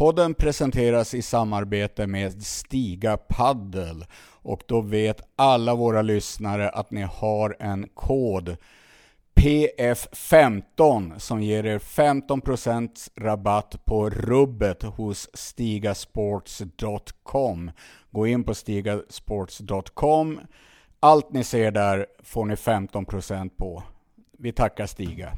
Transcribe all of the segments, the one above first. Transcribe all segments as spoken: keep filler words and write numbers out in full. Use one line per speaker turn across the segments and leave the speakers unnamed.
Podden presenteras i samarbete med Stiga Paddel, och då vet alla våra lyssnare att ni har en kod P F femton som ger er femton procent rabatt på rubbet hos stigasports dot com. Gå in på stigasports dot com. Allt ni ser där får ni femton procent på. Vi tackar Stiga.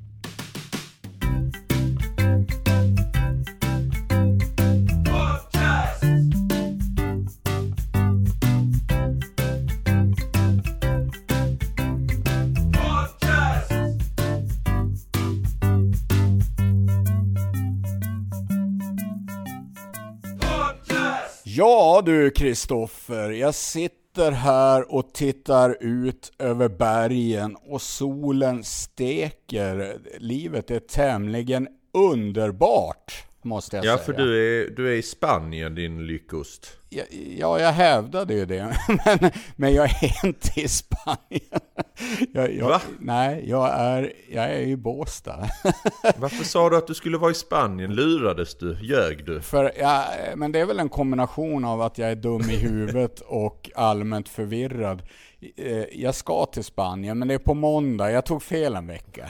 Ja du Kristoffer, jag sitter här och tittar ut över bergen och solen steker. Livet är tämligen underbart, måste jag
ja,
säga.
Ja, för du är, du är i Spanien, din lyckost.
Ja, ja, jag hävdade ju det, men, men jag är inte i Spanien. Jag, jag,
Va?
Nej, jag är, jag är i Båstad.
Varför sa du att du skulle vara i Spanien? Lurades du? Ljög du?
För, ja, men det är väl en kombination av att jag är dum i huvudet och allmänt förvirrad. Jag ska till Spanien, men det är på måndag. Jag tog fel en vecka.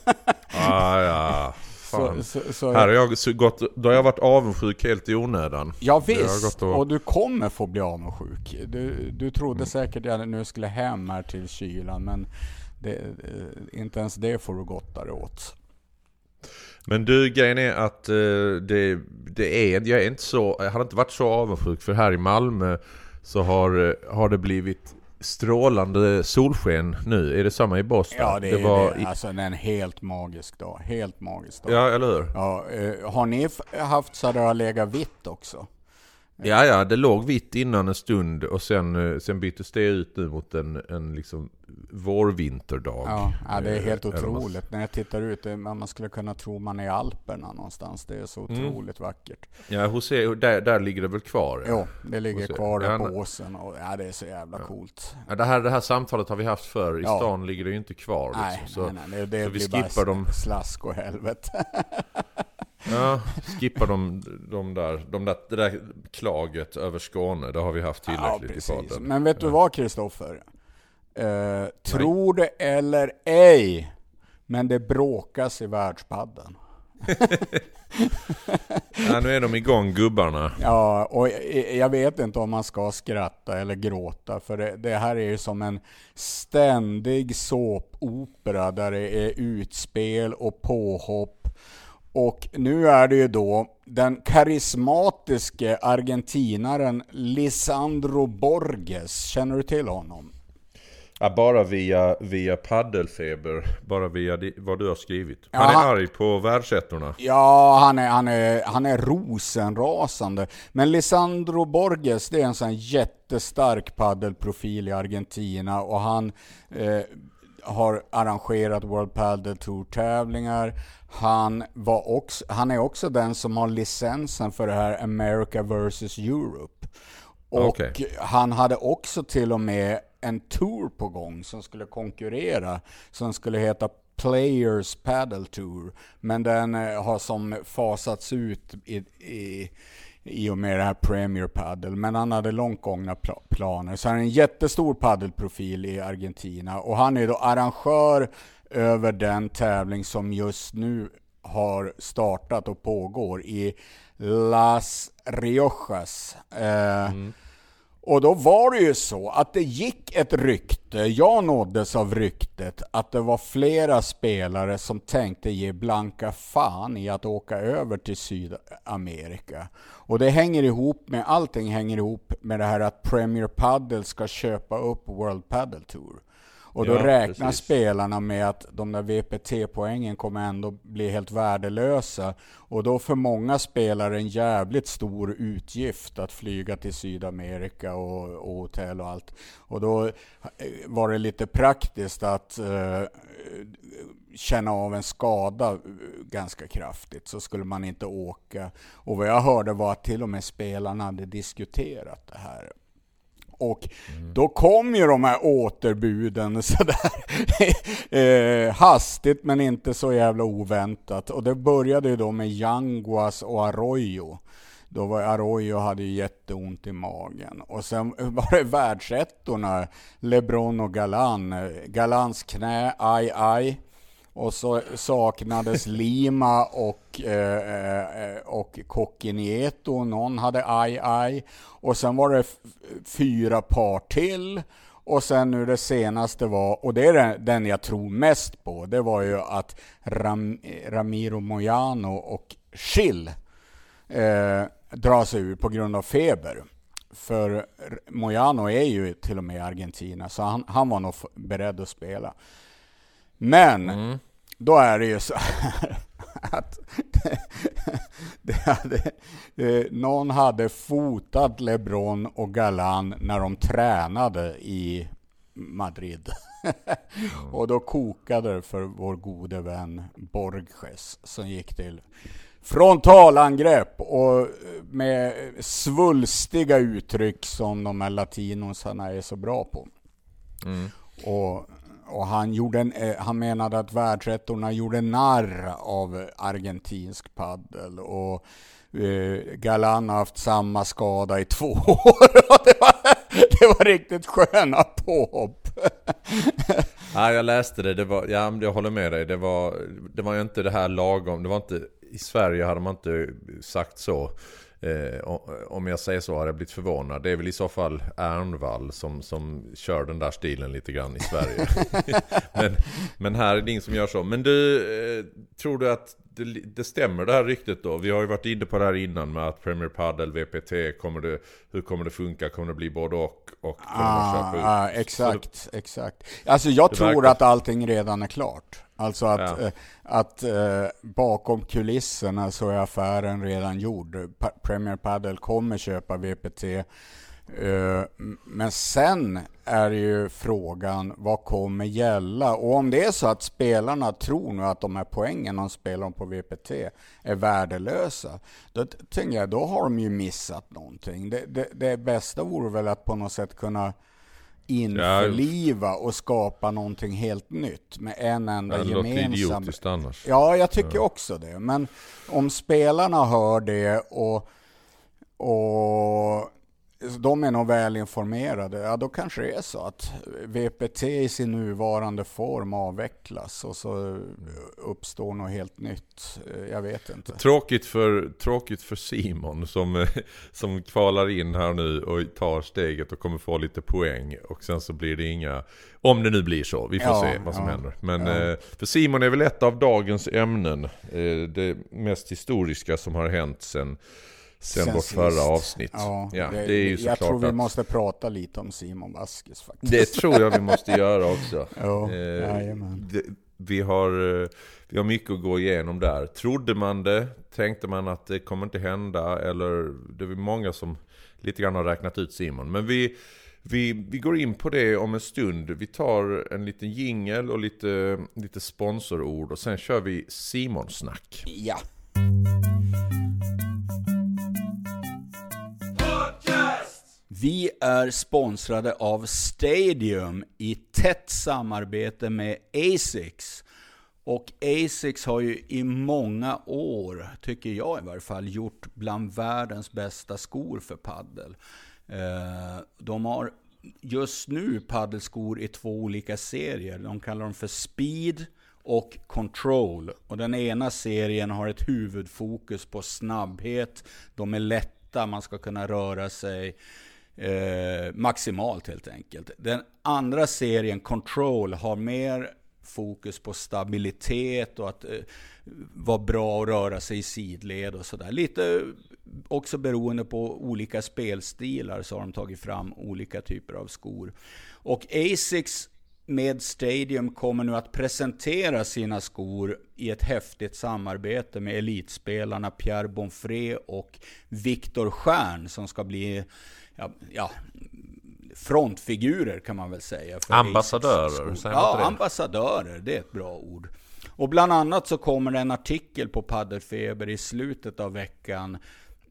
Ah, ja.
Så, så, så
här har jag så gått, då har jag varit avundsjuk helt i onödan.
Ja visst,
och...
och du kommer få bli avundsjuk. Du, du trodde mm. säkert att jag nu skulle hem här till kylan, men det, inte ens det får du gottare åt.
Men du, grejen är att uh, det, det är, jag är inte så, jag har inte varit så avundsjuk, för här i Malmö så har, har det blivit strålande solsken nu. Är det samma i Boston?
Ja, det,
det
är
var
det. Alltså det är en helt magisk dag. Helt magisk dag.
Ja, eller hur?
Ja, eh, har ni f- haft så att det har legat vitt också?
Ja, ja, det låg vitt innan en stund och sen, sen byttes det ut nu mot en, en liksom vårvinterdag.
Ja, ja, det är helt
eh,
otroligt. När jag tittar ut, det, man skulle kunna tro man är i Alperna någonstans. Det är så otroligt mm. vackert.
Ja, hos er, där, där ligger det väl kvar?
Ja, jo, det ligger kvar
ja,
på åsen. Och, ja, det är så jävla
ja.
coolt.
Ja, det, här, det här samtalet har vi haft förr. I
ja.
stan ligger det ju inte kvar. Liksom.
Nej,
så,
nej, nej, det, det
så
blir
vi
bara
skippar dem.
Slask och helvete.
Ja, skippar de, de där, de där, det där klaget över Skåne. Det har vi haft tillräckligt ja, i podden.
Men vet du vad, Kristoffer? Uh, tror det eller ej, men det bråkas i världspadden.
Ja, nu är de igång, gubbarna.
Ja, och jag vet inte om man ska skratta eller gråta, för det, det här är ju som en ständig såpopera där det är utspel och påhopp. Och nu är det ju då den karismatiske argentinaren Lisandro Borges. Känner du till honom?
Ja, bara via, via paddelfeber. Bara via di, vad du har skrivit. Han
ja,
är
han,
arg på världsettorna.
Ja, han är, han, är, han är rosenrasande. Men Lisandro Borges, det är en sån jättestark paddelprofil i Argentina. Och han eh, har arrangerat World Padel Tour-tävlingar. Han, var också, han är också den som har licensen för det här America versus Europe. Och okay. Han hade också till och med en tour på gång som skulle konkurrera, som skulle heta Players Padel Tour, men den eh, har som fasats ut i, i, i och med det här Premier Padel, men han hade långt gångna pl- planer. Så han är en jättestor paddelprofil i Argentina, och han är då arrangör över den tävling som just nu har startat och pågår i Las Riojas. Eh, mm. Och då var det ju så att det gick ett rykte, jag nåddes av ryktet, att det var flera spelare som tänkte ge blanka fan i att åka över till Sydamerika. Och det hänger ihop med, allting hänger ihop med det här att Premier Padel ska köpa upp World Padel Tour. Och då ja, räknar precis. spelarna med att de där V P T-poängen kommer ändå bli helt värdelösa. Och då för många spelare en jävligt stor utgift att flyga till Sydamerika och, och hotell och allt. Och då var det lite praktiskt att uh, känna av en skada ganska kraftigt, så skulle man inte åka. Och vad jag hörde var att till och med spelarna hade diskuterat det här. Och mm. då kom ju de här återbuden sådär eh, hastigt men inte så jävla oväntat. Och det började ju då med Yanguas och Arroyo. Då var Arroyo hade ju jätteont i magen. Och sen var det världsettorna, LeBron och Galan. Galans knä, aj aj. Och så saknades Lima och, eh, och Coquinieto. Någon hade aj aj. Och sen var det f- fyra par till. Och sen nu det senaste var, och det är den, den jag tror mest på, det var ju att Ram, Ramiro Moyano och Schill eh, drar sig ur på grund av feber. För Moyano är ju till och med i Argentina, så han, han var nog f- beredd att spela. Men mm. då är det ju så här att det, det hade, eh, någon hade fotat LeBron och Galan när de tränade i Madrid. mm. Och då kokade det för vår gode vän Borges som gick till frontalangrepp och med svulstiga uttryck som de här latinosarna är så bra på. Mm. Och Och han, gjorde en, eh, han menade att världsettorna gjorde narr av argentinsk paddel. Och eh, Galan har haft samma skada i två år. det, var, det var riktigt sköna påhopp.
Ja, jag läste det. det var, ja, jag håller med dig. Det var, det var ju inte det här lagom. Det var inte, i Sverige hade man inte sagt så. Eh, om jag säger så har jag blivit förvånad. Det är väl i så fall Ernvall som, som kör den där stilen lite grann i Sverige. men, men här är det ingen som gör så. Men du, eh, tror du att det, det stämmer det här ryktet då? Vi har ju varit inne på det här innan med att Premier Padel, V P T, kommer det, hur kommer det funka? Kommer det bli både och? och
ah, ah, exakt, det, exakt. Alltså jag tror verkar... att allting redan är klart. Alltså att, ja. eh, att eh, bakom kulisserna så är affären redan gjord. Pa- Premier Padel kommer köpa V P T. Eh, men sen är ju frågan vad kommer gälla. Och om det är så att spelarna tror nu att de här poängen de spelar på V P T är värdelösa, då tänker jag, då har de ju missat någonting. Det, det, det bästa vore väl att på något sätt kunna införliva och skapa någonting helt nytt med en enda
det
gemensam.
Annars.
Ja, jag tycker
ja.
också det. Men om spelarna hör det och, och de är nog väl informerade, ja då kanske det är så att V P T i sin nuvarande form avvecklas och så uppstår något helt nytt. Jag vet inte.
Tråkigt för, tråkigt för Simon som, som kvalar in här nu och tar steget och kommer få lite poäng och sen så blir det inga, om det nu blir så, vi får ja, se vad som ja, händer. Men ja. För Simon är väl ett av dagens ämnen, det mest historiska som har hänt sen Sen, sen vårt förra avsnitt.
Ja, ja, det, det är ju jag tror vi att... måste prata lite om Simon Vasquez faktiskt.
Det tror jag vi måste göra också.
Ja,
eh, det, vi, har, vi har mycket att gå igenom där. Trodde man det? Tänkte man att det kommer inte hända? Eller det är många som lite grann har räknat ut Simon. Men vi, vi, vi går in på det om en stund. Vi tar en liten jingle och lite, lite sponsorord. Och sen kör vi Simon-snack.
Ja. Vi är sponsrade av Stadium i tätt samarbete med Asics. Och Asics har ju i många år, tycker jag i varje fall, gjort bland världens bästa skor för paddel. De har just nu paddelskor i två olika serier. De kallar dem för Speed och Control. Och den ena serien har ett huvudfokus på snabbhet. De är lätta, man ska kunna röra sig Eh, maximalt helt enkelt. Den andra serien Control har mer fokus på stabilitet och att eh, vara bra att röra sig i sidled och sådär. Lite också beroende på olika spelstilar så har de tagit fram olika typer av skor. Och Asics med Stadium kommer nu att presentera sina skor i ett häftigt samarbete med elitspelarna Pierre Bonfré och Viktor Stjärn som ska bli Ja, ja, frontfigurer kan man väl säga. För
ambassadörer.
Ja, ambassadörer, det är ett bra ord. Och bland annat så kommer det en artikel på Paddelfeber i slutet av veckan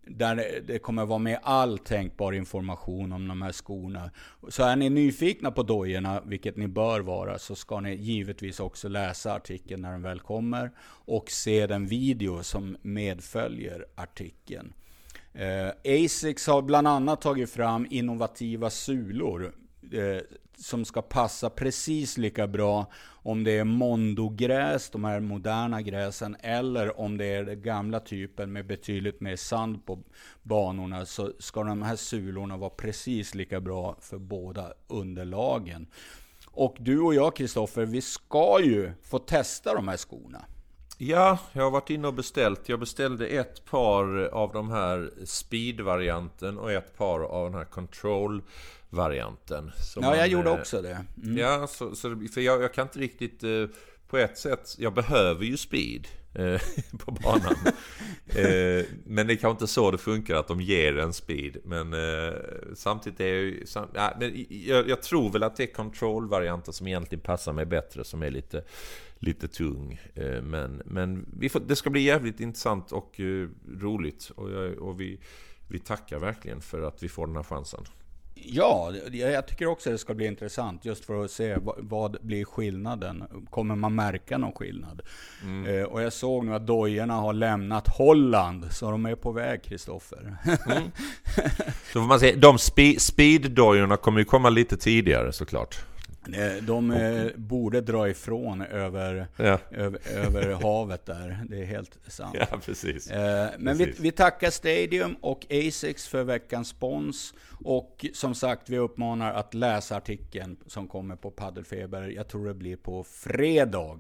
där det kommer vara med all tänkbar information om de här skorna. Så är ni nyfikna på dojorna, vilket ni bör vara, så ska ni givetvis också läsa artikeln när den väl kommer och se den video som medföljer artikeln. Eh, Asics har bland annat tagit fram innovativa sulor eh, som ska passa precis lika bra om det är mondogräs, de här moderna gräsen, eller om det är den gamla typen med betydligt mer sand på banorna, så ska de här sulorna vara precis lika bra för båda underlagen. Och du och jag, Kristoffer, vi ska ju få testa de här skorna.
Ja, jag har varit inne och beställt. Jag beställde ett par av de här speed-varianten och ett par av den här control-varianten.
Ja, man, jag gjorde också det.
Mm. Ja, så, så, för jag, jag kan inte riktigt... På ett sätt, jag behöver ju speed eh, på banan. eh, men det är kanske inte så det funkar att de ger en speed. Men eh, samtidigt är jag ju... Sam, ja, men jag, jag tror väl att det är control-varianten som egentligen passar mig bättre, som är lite... lite tung, men, men vi får, det ska bli jävligt intressant och uh, roligt, och, jag, och vi, vi tackar verkligen för att vi får den här chansen.
Ja, jag tycker också det ska bli intressant just för att se vad, vad blir skillnaden. Kommer man märka någon skillnad? Mm. Eh, och jag såg nu att dojorna har lämnat Holland, så de är på väg, Kristoffer. Mm.
Så får man säga, de spe, speed-dojorna kommer ju komma lite tidigare såklart.
De eh, borde dra ifrån över,
ja.
över, över havet där. Det är helt sant.
Ja, precis.
Eh, men
precis.
Vi, vi tackar Stadium och Asics för veckans spons. Och som sagt, vi uppmanar att läsa artikeln som kommer på Paddelfeber. Jag tror det blir på fredag.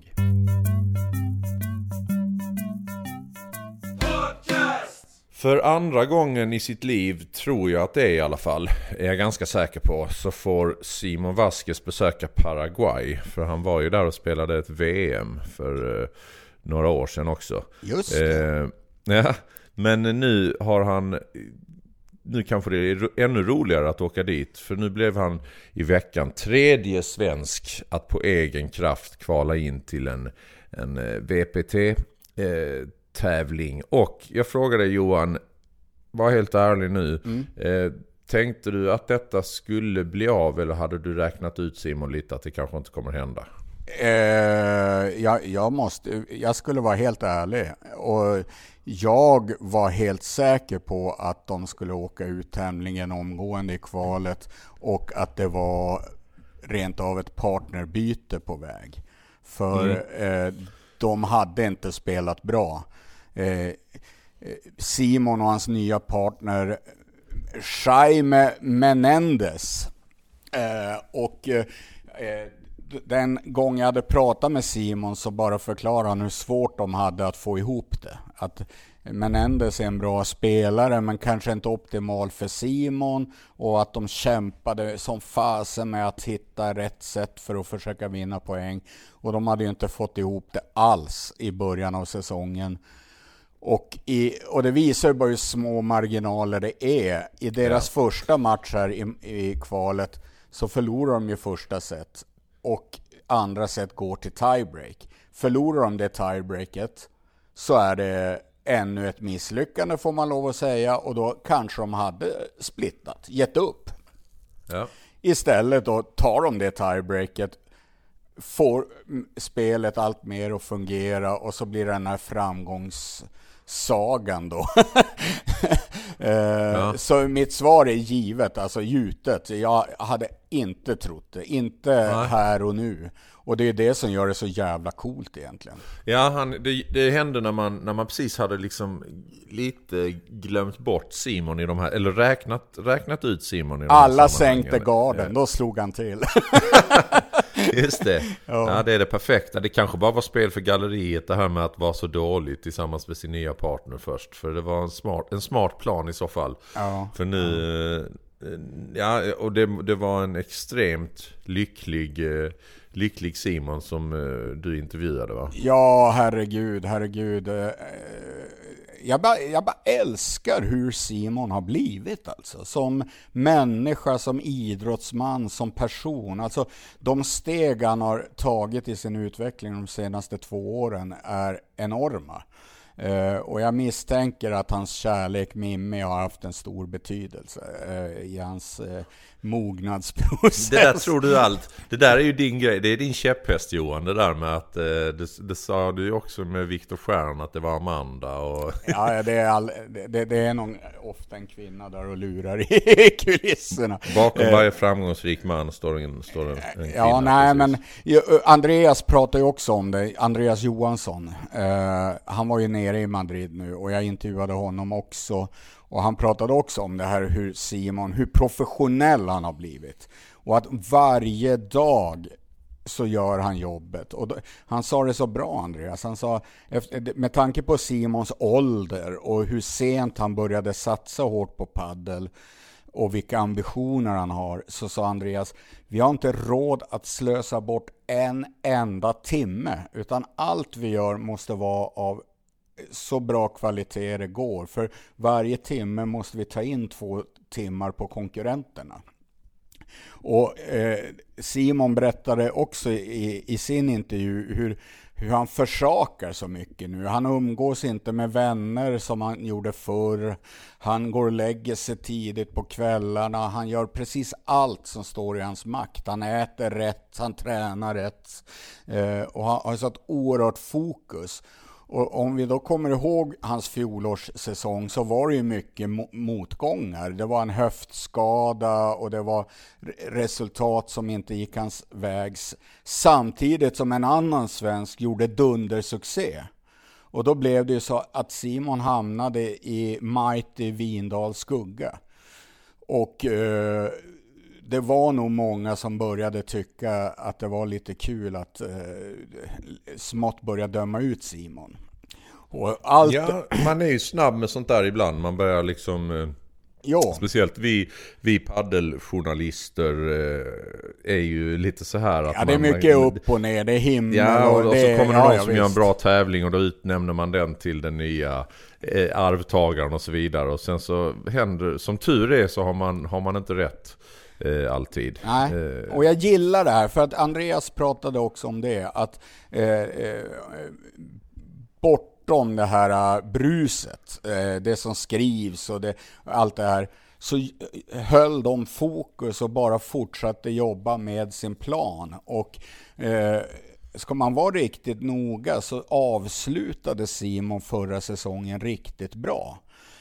För andra gången i sitt liv, tror jag att det är i alla fall, är jag ganska säker på, så får Simon Vasquez besöka Paraguay. För han var ju där och spelade ett V M för eh, några år sedan också.
Just det.
Eh, ja, men nu har han... Nu kanske det är ännu roligare att åka dit. För nu blev han i veckan tredje svensk att på egen kraft kvala in till en, en V P T eh, tävling. Och jag frågade Johan, var helt ärlig nu, mm. eh, tänkte du att detta skulle bli av, eller hade du räknat ut, Simon, lite att det kanske inte kommer hända?
Eh, jag, jag, måste, jag skulle vara helt ärlig, och jag var helt säker på att de skulle åka ut tävlingen omgående i kvalet, och att det var rent av ett partnerbyte på väg. För mm. eh, de hade inte spelat bra. Eh, Simon och hans nya partner Jaime Menendez, eh, och eh, den gång jag hade pratat med Simon så bara förklarade han hur svårt de hade att få ihop det. Att Menendez är en bra spelare, men kanske inte optimal för Simon, och att de kämpade som fasen med att hitta rätt sätt för att försöka vinna poäng, och de hade ju inte fått ihop det alls i början av säsongen. Och, i, och det visar ju bara hur små marginaler det är. I deras ja. första match här i, i kvalet så förlorar de ju första set, och andra set går till tiebreak. Förlorar de det tiebreaket så är det ännu ett misslyckande, får man lov att säga, och då kanske de hade splittat, gett upp.
Ja.
Istället då tar de det tiebreaket, får spelet allt mer att fungera, och så blir den här framgångssagan då. eh, ja. Så mitt svar är givet, alltså gjutet. Jag hade inte trott det, inte Nej. här och nu. Och det är det som gör det så jävla coolt egentligen.
Ja, han, det, det hände när man, när man precis hade liksom lite glömt bort Simon i de här, eller räknat, räknat ut Simon i de
Alla
här
sänkte garden, ja. Då slog han till.
Just det. Ja. Ja, det är det perfekta. Det kanske bara var spel för galleriet, det här med att vara så dålig tillsammans med sin nya partner först. För det var en smart, en smart plan i så fall.
Ja.
För nu... Ja, och det, det var en extremt lycklig... lycklig Simon som uh, du intervjuade, va?
Ja, herregud, herregud. Uh, jag, bara, jag bara älskar hur Simon har blivit, alltså. Som människa, som idrottsman, som person. Alltså, de steg han har tagit i sin utveckling de senaste två åren är enorma. Uh, och jag misstänker att hans kärlek Mimmi har haft en stor betydelse uh, i hans uh, mognadsprocess.
Det där tror du allt. Det där är ju din grej. Det är din käpphäst, Johan. Det där med att uh, det, det sa du ju också med Viktor Stjärn att det var Amanda. Och
ja, det är, all, det, det är nog ofta en kvinna där och lurar i kulisserna.
Bakom uh, varje framgångsrik man står en, står en, en kvinna.
Ja, nej, precis. Men Andreas pratar ju också om det. Andreas Johansson. Uh, han var ju nere i Madrid nu och jag intervjuade honom också. Och han pratade också om det här hur Simon, hur professionell han har blivit. Och att varje dag så gör han jobbet. Och då, han sa det så bra, Andreas. Han sa, med tanke på Simons ålder och hur sent han började satsa hårt på paddel och vilka ambitioner han har, så sa Andreas, vi har inte råd att slösa bort en enda timme, utan allt vi gör måste vara av så bra kvalitet det går. För varje timme måste vi ta in två timmar på konkurrenterna. Och eh, Simon berättade också i, i sin intervju hur, hur han försakar så mycket nu. Han umgås inte med vänner som han gjorde förr. Han går och lägger sig tidigt på kvällarna. Han gör precis allt som står i hans makt. Han äter rätt, han tränar rätt. Eh, och han har så ett oerhört fokus. Och om vi då kommer ihåg hans fjolårssäsong, så var det ju mycket motgångar. Det var en höftskada och det var resultat som inte gick hans vägs. Samtidigt som en annan svensk gjorde dundersuccé. Och då blev det ju så att Simon hamnade i Mighty Vindals skugga. Och eh, det var nog många som började tycka att det var lite kul att eh, smått börja döma ut Simon. Och allt...
Ja, man är ju snabb med sånt där ibland. Man börjar liksom... Eh,
ja.
Speciellt vi, vi paddeljournalister eh, är ju lite så här att
ja, det är
man,
mycket
man,
upp och ner. Det är himmel
ja, och,
och,
och
det,
så kommer det
ja,
någon
ja,
som
visst.
gör en bra tävling och då utnämner man den till den nya eh, arvtagaren och så vidare. Och sen så händer, som tur är så har man, har man inte rätt. Eh, alltid.
Nej.
Eh.
Och jag gillar det här för att Andreas pratade också om det, att eh, eh, bortom det här bruset, eh, det som skrivs och det, allt det här, så höll de fokus och bara fortsatte jobba med sin plan. Och eh, ska man vara riktigt noga så avslutade Simon förra säsongen riktigt bra.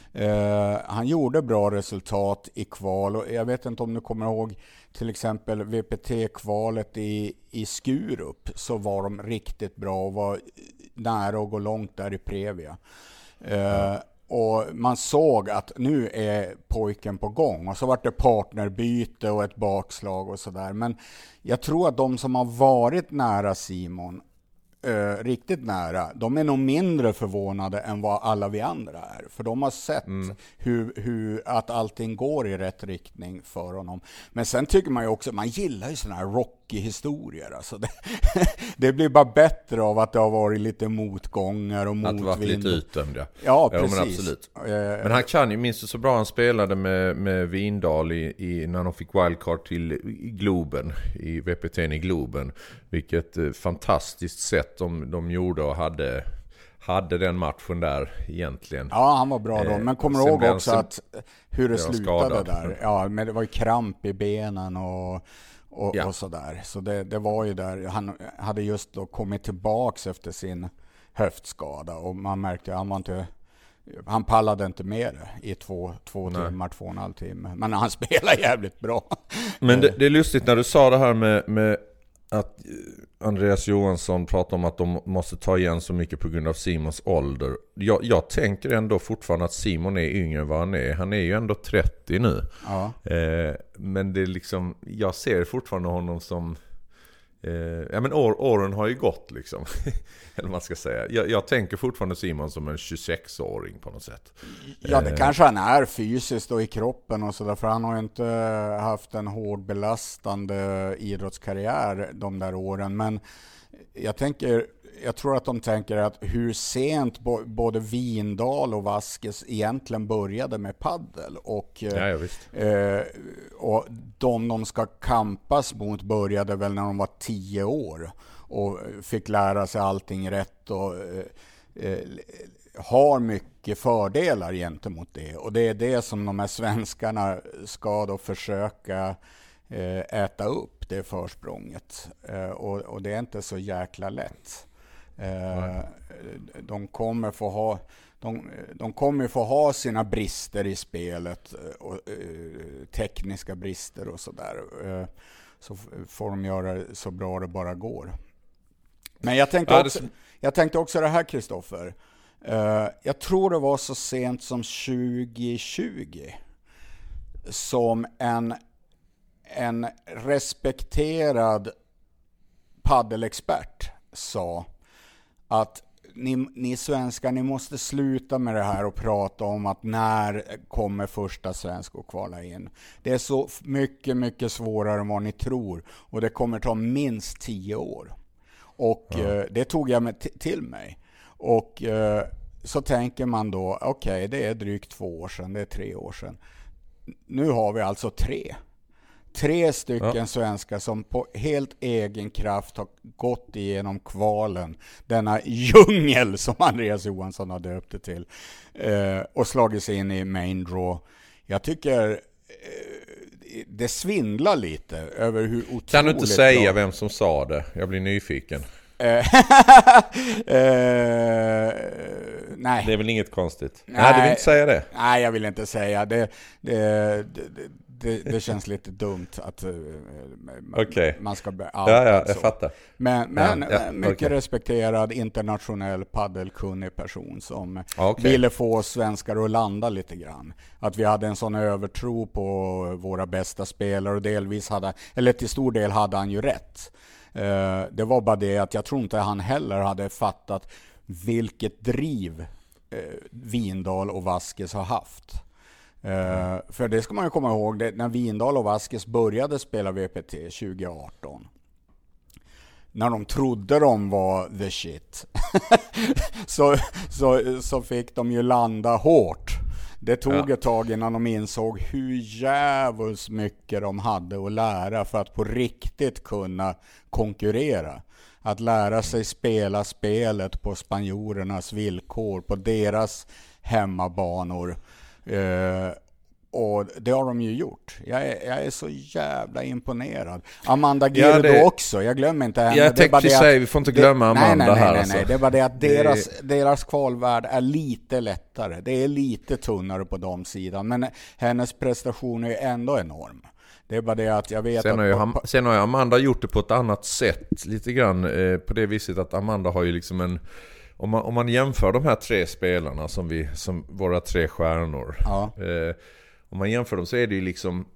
Uh, han gjorde bra resultat i kval och jag vet inte om du kommer ihåg till exempel V P T-kvalet i, i Skurup, så var de riktigt bra och var nära att gå långt där i Previa. Uh, ja. Och man såg att nu är pojken på gång, och så var det partnerbyte och ett bakslag och sådär. Men jag tror att de som har varit nära Simon, Uh, riktigt nära, de är nog mindre förvånade än vad alla vi andra är, för de har sett mm. hur, hur att allting går i rätt riktning för honom. Men sen tycker man ju också, man gillar ju såna här Rocky-historier, alltså det, det blir bara bättre av att det har varit lite motgångar och motvind. Att det varit
lite utdömd, ja.
Ja, precis.
Ja, men absolut.
Uh,
men han kan ju, minst så bra han spelade med, med Vindal i, i, när de fick wildcard till i Globen, i V P T i Globen, vilket eh, fantastiskt sätt de, de gjorde och hade, hade den matchen där egentligen.
Ja, han var bra då. Men kommer du ihåg också sen, att hur det slutade
skadad.
där? Ja, men det var ju kramp i benen och, och,
ja.
och sådär. Så det, det var ju där. Han hade just då kommit tillbaks efter sin höftskada och man märkte att han var inte... Han pallade inte med det i två, två timmar, två och en halv timme. Men han spelar jävligt bra.
Men det, det är lustigt när du sa det här med... med att Andreas Johansson pratar om att de måste ta igen så mycket på grund av Simons ålder. Jag, jag tänker ändå fortfarande att Simon är yngre än vad han är. Han är ju ändå trettio nu.
Ja.
Eh, men det är liksom, jag ser fortfarande honom som... Eh, ja, men år, åren har ju gått liksom. Eller man ska säga. Jag, jag tänker fortfarande Simon som en tjugosex-åring på något sätt.
Ja, det eh. kanske han är fysiskt och i kroppen och sådär. För han har ju inte haft en hård belastande idrottskarriär de där åren. Men jag tänker... Jag tror att de tänker att hur sent både Vindal och Vasquez egentligen började med paddel och,
ja, ja, visst.
Eh, och de de ska kampas mot började väl när de var tio år och fick lära sig allting rätt och eh, har mycket fördelar gentemot det. Och det är det som de här svenskarna ska då försöka eh, äta upp, det försprånget. Eh, och, och det är inte så jäkla lätt. Eh, de kommer få ha de, de kommer få ha sina brister i spelet och eh, tekniska brister och sådär. Eh, så får de göra så bra det bara går. Men jag tänkte också, jag tänkte också det här, Kristoffer. Uh, jag tror det var så sent som tjugo tjugo som en, en respekterad paddelexpert sa att ni, ni svenskar, ni måste sluta med det här och prata om att när kommer första svensk att kvala in. Det är så mycket, mycket svårare än vad ni tror. Och det kommer ta minst tio år. Och ja. eh, det tog jag med t- till mig. Och eh, så tänker man då, okej, okay, det är drygt två år sedan, det är tre år sedan. Nu har vi alltså tre. Tre stycken ja. svenskar som på helt egen kraft har gått igenom kvalen. Denna djungel som Andreas Johansson har döpt det till. Eh, och slagit sig in i main draw. Jag tycker eh, det svindlar lite över hur otroligt...
Kan du inte säga bra... vem som sa det? Jag blir nyfiken.
eh, nej.
Det är väl inget konstigt? Nej, nej, du vill inte säga det?
Nej, jag vill inte säga det. Det, det, det Det, det känns lite dumt att uh,
okay.
man ska... Be-
ja, ja, jag så. fattar.
Men, men
ja, ja,
mycket
okay.
respekterad internationell paddelkunnig person som
okay.
ville få svenskar att landa lite grann. Att vi hade en sån övertro på våra bästa spelare och delvis hade, eller till stor del hade han ju rätt. Uh, det var bara det att jag tror inte han heller hade fattat vilket driv uh, Windahl och Vasquez har haft. Uh, för det ska man ju komma ihåg, det, när Windahl och Vasquez började spela V P T tjugo arton, när de trodde de var the shit så, så, så fick de ju landa hårt. Det tog ja. ett tag innan de insåg hur jävligt mycket de hade att lära för att på riktigt kunna konkurrera. Att lära sig spela spelet på spanjorernas villkor, på deras hemmabanor. Uh, och det har de ju gjort. Jag är, jag är så jävla imponerad. Amanda Girdo ja, det... också, jag glömmer inte henne.
Jag tänkte säga, vi får inte glömma det... Amanda
nej, nej, nej,
här.
Nej,
alltså.
nej, det är bara det att deras,
det...
deras kvalvärld är lite lättare. Det är lite tunnare på de sidan. Men hennes prestation är ändå enorm. Det är bara det att jag vet
sen
att...
Har ju, sen har ju Amanda gjort det på ett annat sätt. Lite grann eh, på det viset att Amanda har ju liksom en... Om man, om man jämför de här tre spelarna som, vi, som våra tre stjärnor.
Ja.
Eh, om man jämför dem så är det ju liksom...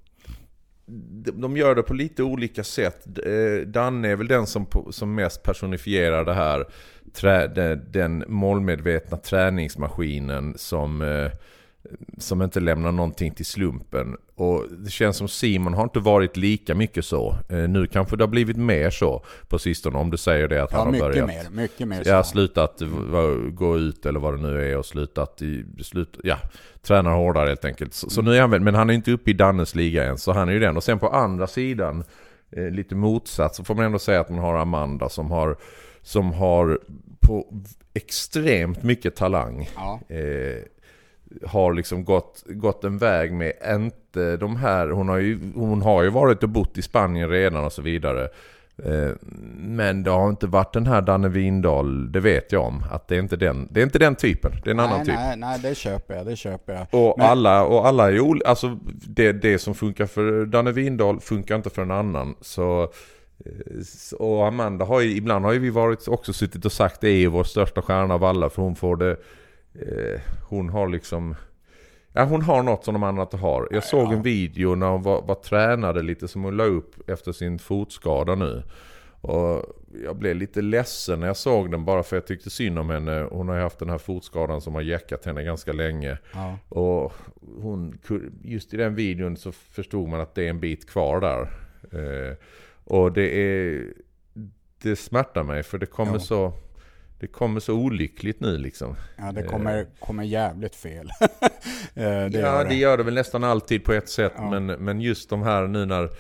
De, de gör det på lite olika sätt. Eh, Danne är väl den som, som mest personifierar det här. Trä, den, den målmedvetna träningsmaskinen som... Eh, som inte lämnar någonting till slumpen. Och det känns som Simon har inte varit lika mycket så. Eh, nu kanske det har blivit mer så på sistone, om du säger det att
ja,
han har
mycket
börjat.
Mer, mycket mer
jag har slutat v- gå ut eller vad det nu är och slutat i slut, ja, tränar hårdare helt enkelt. Så, mm. så nu är han väl, men han är inte uppe i Dannes liga än, så han är ju den. Och sen på andra sidan eh, lite motsatt, så får man ändå säga att man har Amanda som har som har på extremt mycket talang.
Ja.
Eh, har liksom gått, gått en väg med inte de här, hon har ju, hon har ju varit och bott i Spanien redan och så vidare, eh, men det har inte varit den här Danne Windahl, det vet jag om, att det är inte den, det är inte den typen, det är en
nej,
annan typ.
Nej, nej, det köper jag, det köper jag.
Och
men...
alla, och alla är ju, alltså det, det som funkar för Danne Windahl funkar inte för en annan, så och Amanda har ju, ibland har ju vi varit också suttit och sagt det är ju vår största stjärna av alla, för hon får det Eh, hon har liksom ja, hon har något som de andra inte har. Jag såg ja. en video när hon var, var tränade lite, som hon la upp efter sin fotskada nu, och jag blev lite ledsen när jag såg den, bara för jag tyckte synd om henne. Hon har ju haft den här fotskadan som har jäckat henne ganska länge,
ja.
och hon, just i den videon så förstod man att det är en bit kvar där, eh, och det är det smärtar mig, för det kommer ja. så Det kommer så olyckligt nu liksom.
Ja, det kommer, kommer jävligt fel. det
ja,
gör det.
det gör det väl nästan alltid på ett sätt.
Ja.
Men, men just de här nu när...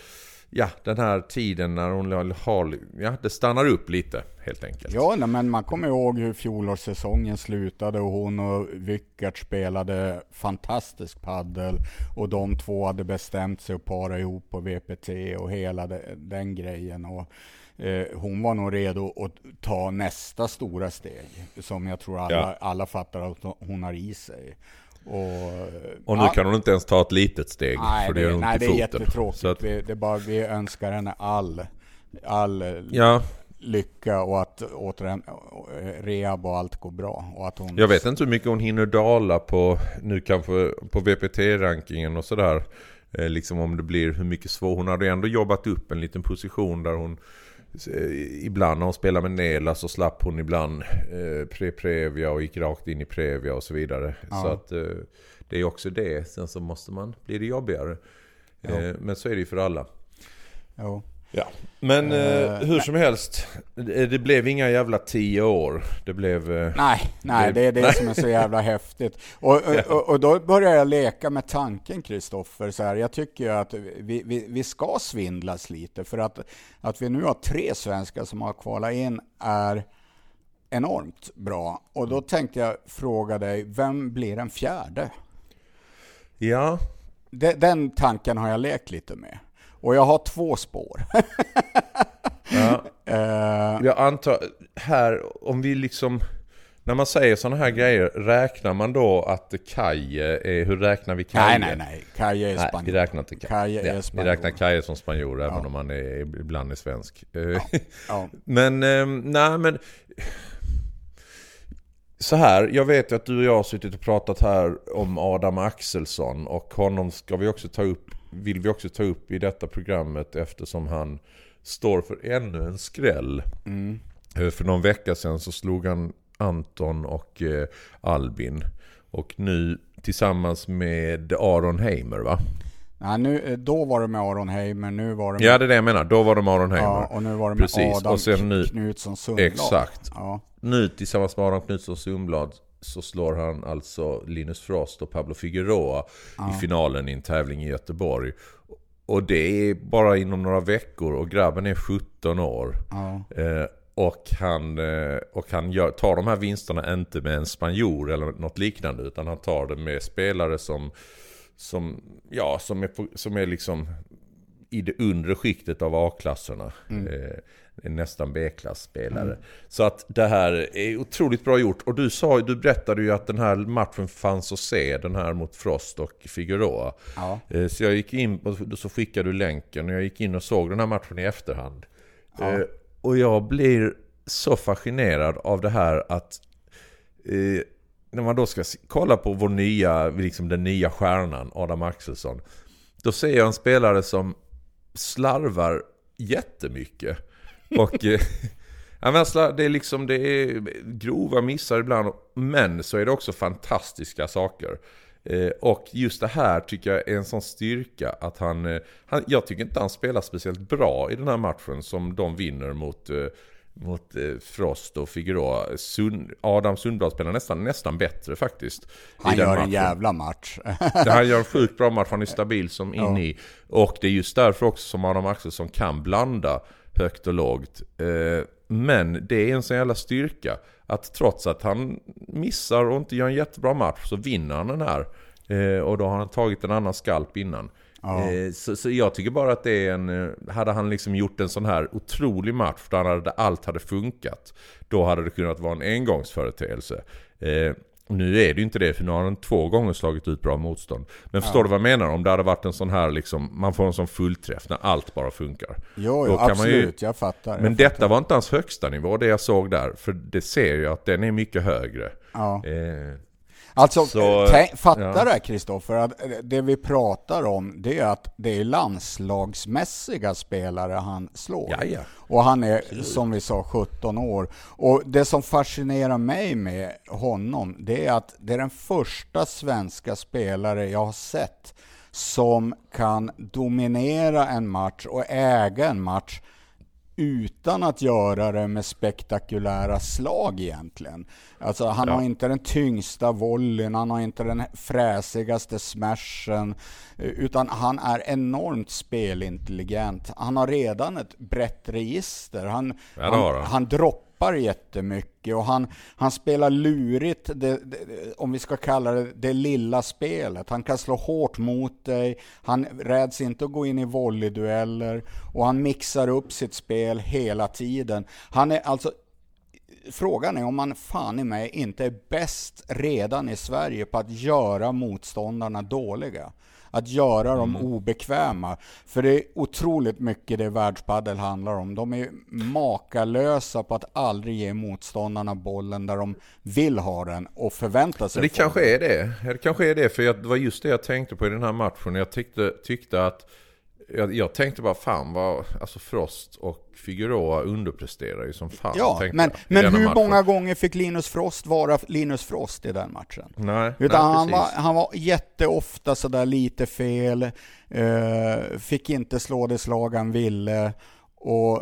ja, den här tiden när hon har, ja, det stannar upp lite helt enkelt.
Ja, nej, men man kommer ihåg hur fjolårssäsongen slutade och hon och Wyckert spelade fantastisk paddel och de två hade bestämt sig att para ihop på V P T och hela de, den grejen och eh, hon var nog redo att ta nästa stora steg som jag tror alla,
ja.
alla fattar att hon har i sig. Och,
och nu
ja,
kan hon inte ens ta ett litet steg.
Nej,
för det,
det,
är,
nej, det är jättetråkigt.
Så att,
vi, det är bara, vi önskar henne all, all
ja.
lycka och att återigen rehab och allt går bra. Och att hon...
Jag vet inte hur mycket hon hinner dala på nu kanske på V P T-rankingen och sådär. Eh, liksom om det blir hur mycket svår. Hon hade ändå jobbat upp en liten position där hon ibland när hon spelar med Nela så slapp hon ibland eh, pre-previa och gick rakt in i previa och så vidare. Ja. Så att eh, det är också det. Sen så måste man bli det jobbigare. Eh, men så är det ju för alla.
Jo.
Ja. Men eh, hur som helst, det blev inga jävla tio år. Det blev... Eh,
nej, nej, det är det nej. som är så jävla häftigt. Och, och, och då börjar jag leka med tanken, Kristoffer. Så här, jag tycker att vi, vi, vi ska svindlas lite. För att, att vi nu har tre svenskar som har kvalat in är enormt bra. Och då tänkte jag fråga dig, vem blir den fjärde?
Ja.
De, den tanken har jag lekt lite med. Och jag har två spår.
Ja. uh, jag antar här, om vi liksom när man säger sådana här grejer, räknar man då att Kaje är, hur räknar vi Kaje?
Nej, nej, nej. Kaje är
nej,
spanjor.
Vi räknar inte Kaje.
Ja,
är vi räknar Kaje som spanjor, ja. Även om man är, ibland är svensk.
Ja. Ja.
men, um, nej men... Så här, jag vet ju att du och jag har suttit och pratat här om Adam Axelsson och honom ska vi också ta upp, vill vi också ta upp i detta programmet eftersom han står för ännu en skräll.
Mm.
För någon vecka sedan så slog han Anton och eh, Albin och nu tillsammans med Aron Heimer, va?
Nej, nu, då var det med Aron Heimer, nu var det med...
Ja, det är det jag menar. Då var det med Aron Heimer.
Ja, och nu var det med
Precis.
Adam
och sen nu,
Knutsson Sundblad.
Exakt.
Ja.
Nu tillsammans med Adam Knutsson Sundblad så slår han alltså Linus Frost och Pablo Figueroa ja. i finalen i en tävling i Göteborg. Och det är bara inom några veckor och grabben är sjutton år.
Ja.
Eh, och han, eh, och han gör, tar de här vinsterna inte med en spanjor eller något liknande utan han tar det med spelare som som ja som är på, som är liksom i det undre skiktet av A-klasserna. Mm. Eh, nästan B-klassspelare. Mm. Så att det här är otroligt bra gjort. Och du sa, du berättade ju att den här matchen fanns att se, den här mot Frost och Figueroa.
Ja.
Eh, så jag gick in och så skickade du länken och jag gick in och såg den här matchen i efterhand. Ja. Eh, och jag blir så fascinerad av det här att eh, när man då ska kolla på vår nya, liksom den nya stjärnan Adam Axelsson, då ser jag en spelare som slarvar jättemycket. Och eh, det är liksom det är grova missar ibland, men så är det också fantastiska saker. Eh, och just det här tycker jag är en sån styrka att han, eh, han jag tycker inte han spelar speciellt bra i den här matchen som de vinner mot eh, mot eh, Frost och Figueroa. Sund, Adam Sundblad spelar nästan nästan bättre faktiskt.
Han gör en jävla match.
Det han gör en sjukt bra match, han är stabil som in ja. i. Och det är just därför också som Adam Axelsson kan blanda högt och lågt. Eh, men det är en sån jävla styrka att trots att han missar och inte gör en jättebra match så vinner han den här. Eh, och då har han tagit en annan skalp innan. Ja. Eh, så, så jag tycker bara att det är en... Hade han liksom gjort en sån här otrolig match där hade allt hade funkat, då hade det kunnat vara en engångsföreteelse. Eh, nu är det ju inte det, för nu har han två gånger slagit ut bra motstånd. Men förstår ja. du vad jag menar? Om det hade varit en sån här liksom, man får en sån fullträff när allt bara funkar.
Jo, jo
kan
absolut,
man ju,
jag fattar. Jag
men
fattar.
Detta var inte hans högsta nivå, det jag såg där. För det ser ju att den är mycket högre.
Ja.
Eh,
Alltså,
så,
t- fattar
ja.
det Kristoffer, att det vi pratar om det är att det är landslagsmässiga spelare han slår.
Jaja.
Och han är, som vi sa, sjutton år. Och det som fascinerar mig med honom, det är att det är den första svenska spelare jag har sett som kan dominera en match och äga en match utan att göra det med spektakulära slag egentligen. Alltså han ja. har inte den tyngsta volleyn, han har inte den fräsigaste smashen, utan han är enormt spelintelligent. Han har redan ett brett register. Han,
ja,
han, han droppar jättemycket och han, han spelar lurigt, det, det, om vi ska kalla det det lilla spelet. Han kan slå hårt mot dig, han räds inte att gå in i volleydueller och han mixar upp sitt spel hela tiden. Han är alltså, frågan är om han fan i mig inte är bäst redan i Sverige på att göra motståndarna dåliga. Att göra dem mm. obekväma. För det är otroligt mycket det världspaddel handlar om. De är makalösa på att aldrig ge motståndarna bollen där de vill ha den och förvänta sig.
Det kanske den. är det. Det kanske är det, för jag, det var just det jag tänkte på i den här matchen. Jag tyckte, tyckte att jag, jag tänkte bara fan vad alltså Frost och Figueroa underpresterar ju som fan.
Ja, men, men hur matchen. många gånger fick Linus Frost vara Linus Frost i den matchen?
Nej,
Utan
nej,
han, var, han var jätteofta sådär lite fel, uh, fick inte slå det slag han ville och,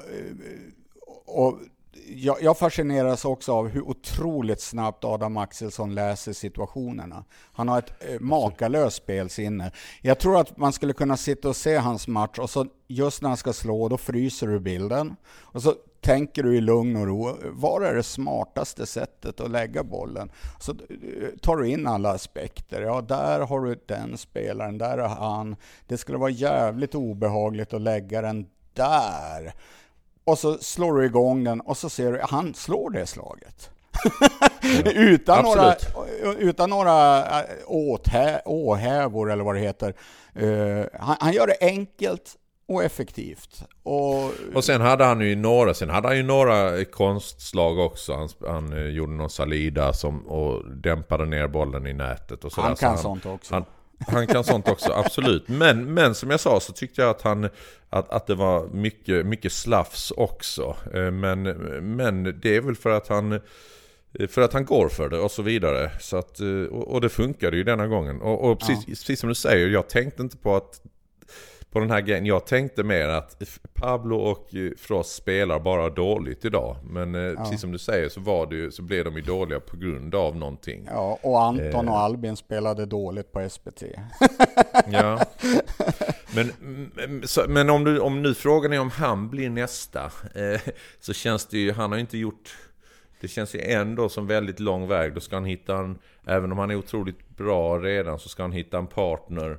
och jag, jag fascineras också av hur otroligt snabbt Adam Axelsson läser situationerna. Han har ett eh, makalöst spelsinne. Jag tror att man skulle kunna sitta och se hans match och så just när han ska slå, då fryser du bilden. Och så tänker du i lugn och ro, vad är det smartaste sättet att lägga bollen? Så tar du in alla aspekter. Ja, där har du den spelaren, där är han. Det skulle vara jävligt obehagligt att lägga den där. Och så slår du igång den och så ser du att han slår det slaget. Ja. utan, några, utan några åthä, åhävor eller vad det heter. Uh, han, han gör det enkelt och effektivt. Och,
och sen hade han ju några, sen hade han ju några konstslag också. Han, han uh, gjorde någon salida som, och dämpade ner bollen i nätet. Och så
han
där.
kan
så han,
sånt också.
Han, Han kan sånt också, absolut. Men, men som jag sa så tyckte jag att, han, att, att det var mycket, mycket slafs också. Men, men det är väl för att han för att han går för det och så vidare. Så att, och, och det funkade ju denna gången. Och, och precis, ja. precis som du säger, jag tänkte inte på att på den här grejen. Jag tänkte mer att Pablo och Frost spelar bara dåligt idag. Men ja. precis som du säger så, var det ju, så blev de ju dåliga på grund av någonting.
Ja, och Anton eh. och Albin spelade dåligt på S P T.
Ja. Men, så, men om, du, om nu frågan är om han blir nästa eh, så känns det ju, han har inte gjort, det känns ju ändå som väldigt lång väg. Då ska han hitta en, även om han är otroligt bra redan, så ska han hitta en partner.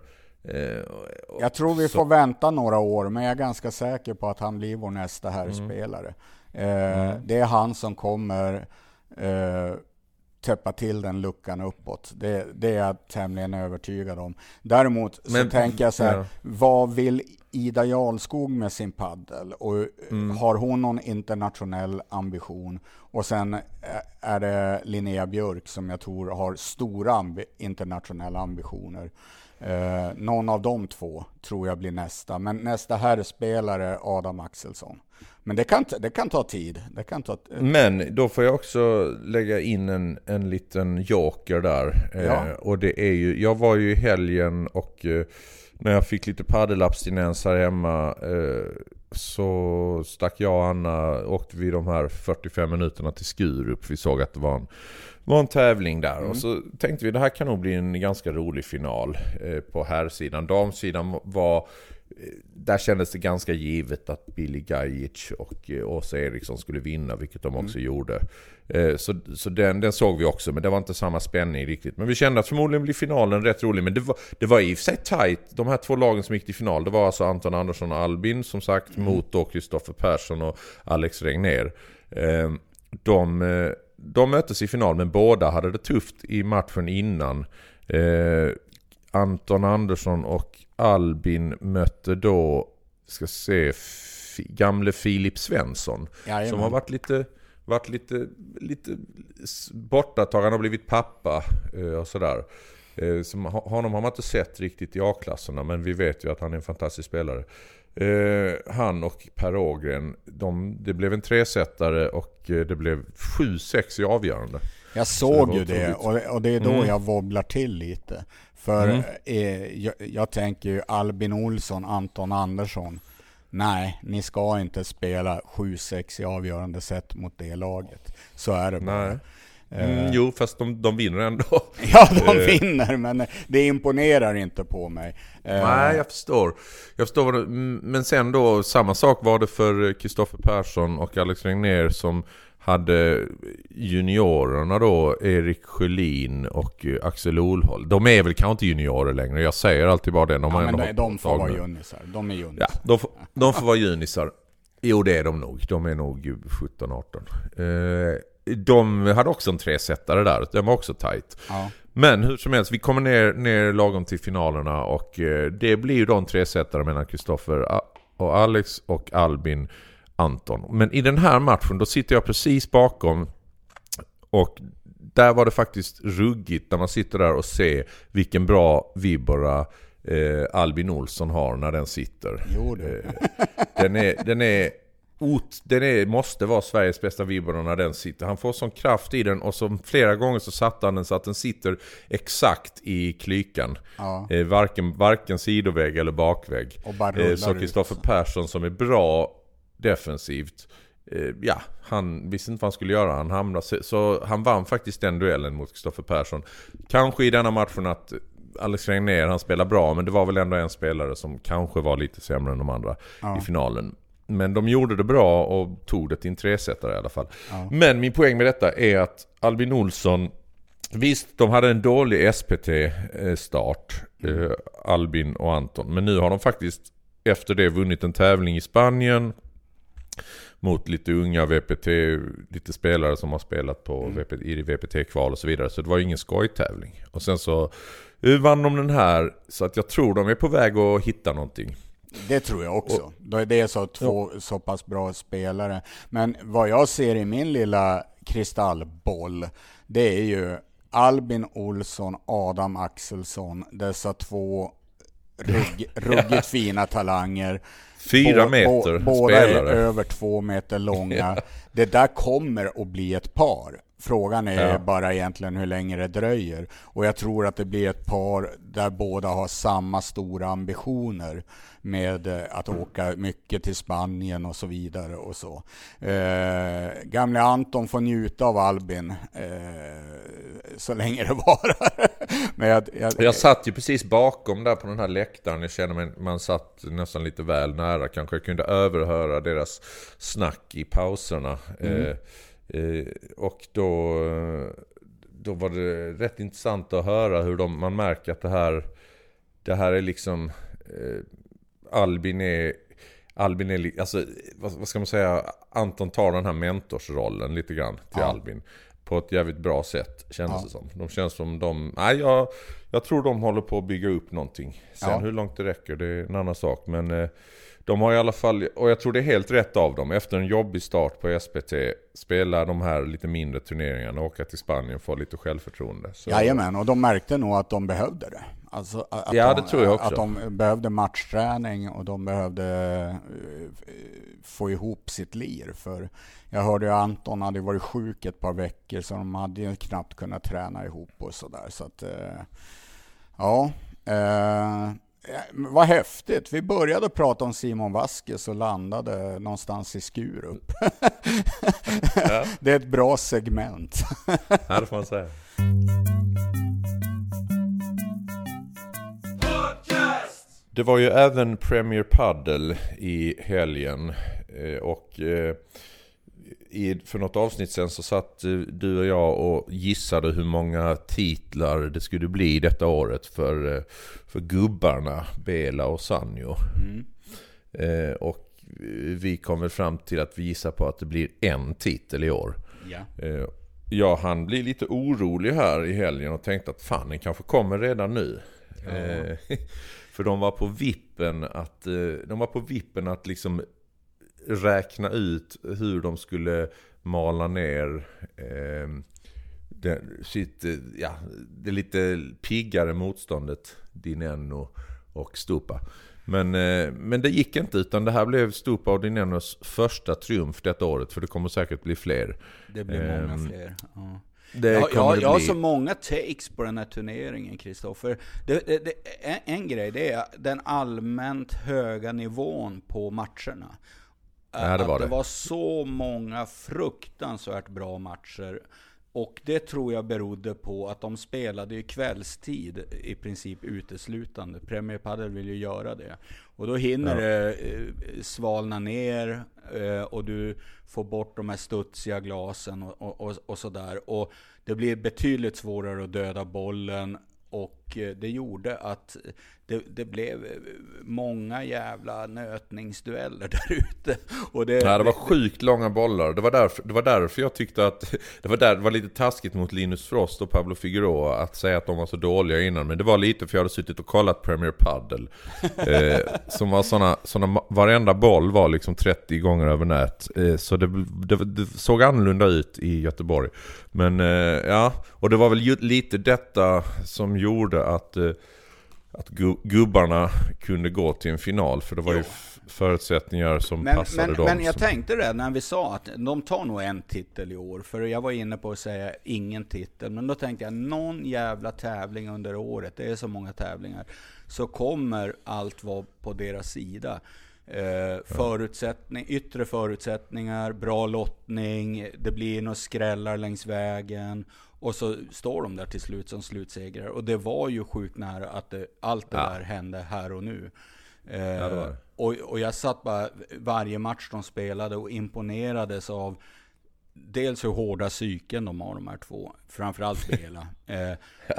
Jag tror vi får vänta några år, men jag är ganska säker på att han blir vår nästa herrspelare. Mm. Mm. Det är han som kommer eh, täppa till den luckan uppåt. Det, det är jag tämligen övertygad om. Däremot så men, tänker jag så här, ja. vad vill Ida Jarlskog med sin paddel? Och mm. har hon någon internationell ambition? Och sen är det Linnea Björk som jag tror har stora ambi- internationella ambitioner. Eh, någon av de två tror jag blir nästa. Men nästa här spelare Adam Axelsson. Men det kan, det kan ta tid. Det kan ta t-
Men då får jag också lägga in en, en liten joker där. Ja. Eh, och det är ju, jag var ju i helgen och eh, när jag fick lite paddelabstinens här hemma eh, så stack jag och Anna, åkte vi de här fyrtiofem minuterna till Skurup. Vi såg att det var en var en tävling där mm. och så tänkte vi det här kan nog bli en ganska rolig final eh, på herrsidan. Damsidan var, eh, där kändes det ganska givet att Billy Gajic och eh, Åsa Eriksson skulle vinna, vilket de också mm. gjorde. Eh, så så den, den såg vi också, men det var inte samma spänning riktigt. Men vi kände att förmodligen blir finalen rätt rolig, men det var, det var i och för sig tight. De här två lagen som gick till final, det var alltså Anton Andersson och Albin som sagt mm. mot då Kristoffer Persson och Alex Regner. Eh, de eh, De möttes i final, men båda hade det tufft i matchen innan. Eh, Anton Andersson och Albin mötte då, ska se, f- gamle Filip Svensson. Jajamän. Som har varit lite, varit lite, lite borta ett tag. Han har blivit pappa eh, och sådär. Eh, som, honom har man inte sett riktigt i A-klasserna, men vi vet ju att han är en fantastisk spelare. Uh, han och Per Ågren, de, det blev en tresättare och uh, det blev sju sex i avgörande.
Jag såg ju det och, och det är då mm. jag wobblar till lite. För mm. eh, jag, jag tänker ju Albin Olsson, Anton Andersson. nej, ni ska inte spela sju sex i avgörande set mot det laget. Så är det bara.
Nej. Mm, jo, fast de, de vinner ändå.
Ja, de vinner, men det imponerar inte på mig.
Nej, jag förstår. Jag förstår vad du, men sen då, samma sak var det för Kristoffer Persson och Alex Regnér som hade juniorerna då, Erik Sjölin och Axel Olholt. De är väl kanske inte juniorer längre, jag säger alltid bara det. De,
ja, men de, de får vara junisar. De är junisar.
Ja, de, får, de får vara junisar. Jo, det är de nog. De är nog sjutton arton. Eh, de hade också en tresättare där. Den var också tight.
Ja.
Men hur som helst, vi kommer ner, ner lagom till finalerna och eh, det blir ju då en tresättare mellan Kristoffer och Alex och Albin Anton. Men i den här matchen då sitter jag precis bakom och där var det faktiskt ruggigt när man sitter där och ser vilken bra vibbora eh, Albin Olsson har när den sitter.
Jo, det.
Eh, den är, den är Ot, den är, måste vara Sveriges bästa vibbora när den sitter. Han får sån kraft i den och så flera gånger så satt han den så att den sitter exakt i klykan.
Ja.
Eh, varken, varken sidovägg eller bakvägg. Eh, så Kristoffer Persson som är bra defensivt. Eh, ja, han visste inte vad han skulle göra. Han hamnade, så, så han vann faktiskt den duellen mot Kristoffer Persson. Kanske i denna matchen att Alex Regnér, han spelar bra, men det var väl ändå en spelare som kanske var lite sämre än de andra ja. i finalen. Men de gjorde det bra och tog det till en tresättare i alla fall. Ja. Men min poäng med detta är att Albin Olsson, visst de hade en dålig S P T-start, mm. eh, Albin och Anton. Men nu har de faktiskt efter det vunnit en tävling i Spanien mot lite unga V P T, lite spelare som har spelat på mm. V P T, i V P T-kval och så vidare. Så det var ingen skojtävling. Och sen så vann de den här, så att jag tror de är på väg att hitta någonting.
Det tror jag också. Och, det är så två ja. så pass bra spelare. Men vad jag ser i min lilla kristallboll, det är ju Albin Olsson, Adam Axelsson, dessa två rugg, ruggigt fina talanger.
Fyra bo, meter
bo, båda
spelare.
Är över två meter långa. Det där kommer att bli ett par. Frågan är ja. bara egentligen hur länge det dröjer. Och jag tror att det blir ett par där båda har samma stora ambitioner med att åka mycket till Spanien och så vidare och så. Eh, gamle Anton får njuta av Albin eh, så länge det varar. Men jag, jag,
jag satt ju precis bakom där på den här läktaren. Jag känner mig, man satt nästan lite väl nära. Kanske jag kunde överhöra deras snack i pauserna. Mm. Eh, Eh, och då, då var det rätt intressant att höra hur de, man märker att det här det här är liksom eh, Albin är Albin är alltså, vad, vad ska man säga, Anton tar den här mentorsrollen lite grann till ja. Albin på ett jävligt bra sätt, känns ja. det som. De känns som de, nej jag, jag tror de håller på att bygga upp någonting. Sen ja. hur långt det räcker, det är en annan sak, men eh, de har i alla fall, och jag tror det är helt rätt av dem, efter en jobbig start på S P T, spela de här lite mindre turneringarna och åka till Spanien och få lite självförtroende. Så...
Jajamän, och de märkte nog att de behövde det. Alltså att
ja,
de,
det tror jag också.
Att de behövde matchträning och de behövde få ihop sitt lir. För jag hörde ju Anton hade varit sjuk ett par veckor, så de hade ju knappt kunnat träna ihop och sådär. Så att, ja... Eh, vad häftigt. Vi började prata om Simon Vasquez och landade någonstans i Skurup. Ja. Det är ett bra segment.
Ja, det får man säga. Det var ju även Premier Padel i helgen. Och i, för något avsnitt sen så satt du och jag och gissade hur många titlar det skulle bli detta året för, för gubbarna Bela och Sanjo. Mm. Eh, och vi kom väl fram till att vi gissar på att det blir en titel i år.
Ja.
Eh, ja, han blir lite orolig här i helgen och tänkte att fan, den kanske kommer redan nu. Ja. Eh, för de var på vippen att de var på vippen att liksom räkna ut hur de skulle mala ner eh, det, sitt, ja, det lite piggare motståndet Dineno och Stupa. Men, eh, men det gick inte, utan det här blev Stupa och Dinenos första triumf detta året, för det kommer säkert bli fler.
Det blir många um, fler. Ja.
Det
jag,
kommer
jag,
det
jag har
bli.
så många takes på den här turneringen, Kristoffer. Det, det, det, en, en grej, det är den allmänt höga nivån på matcherna.
Ja, det var
att det.
det
var så många fruktansvärt bra matcher. Och det tror jag berodde på att de spelade i kvällstid i princip uteslutande. Premier Padel vill ju göra det. Och då hinner ja. det eh, svalna ner eh, och du får bort de här studsiga glasen och, och, och sådär. Och det blir betydligt svårare att döda bollen. Och det gjorde att det, det blev många jävla nötningsdueller där ute. Och det,
ja, det var sjukt långa bollar. Det var därför, det var därför jag tyckte att det var, där, det var lite taskigt mot Linus Frost och Pablo Figueroa att säga att de var så dåliga innan. Men det var lite för jag hade suttit och kollat Premier Padel. eh, som var såna, såna, varenda boll var liksom trettio gånger över nät. Eh, så det, det, det såg annorlunda ut i Göteborg. Men eh, ja, och det var väl ju, lite detta som gjorde att eh, att gubbarna kunde gå till en final, för det var jo. ju f- förutsättningar som
men,
passade
men,
dem.
Men jag
som...
tänkte det när vi sa att de tar nog en titel i år, för jag var inne på att säga ingen titel, men då tänkte jag någon jävla tävling under året, det är så många tävlingar, så kommer allt vara på deras sida. Eh, förutsättning, yttre förutsättningar, bra lottning, det blir några skrällar längs vägen. Och så står de där till slut som slutsegrar. Och det var ju sjukt nära att det, allt det ja. där hände här och nu. Eh, ja, det var det. Och, och jag satt bara varje match de spelade och imponerades av dels hur hårda psyken de har, de här två. Framförallt Bela. eh,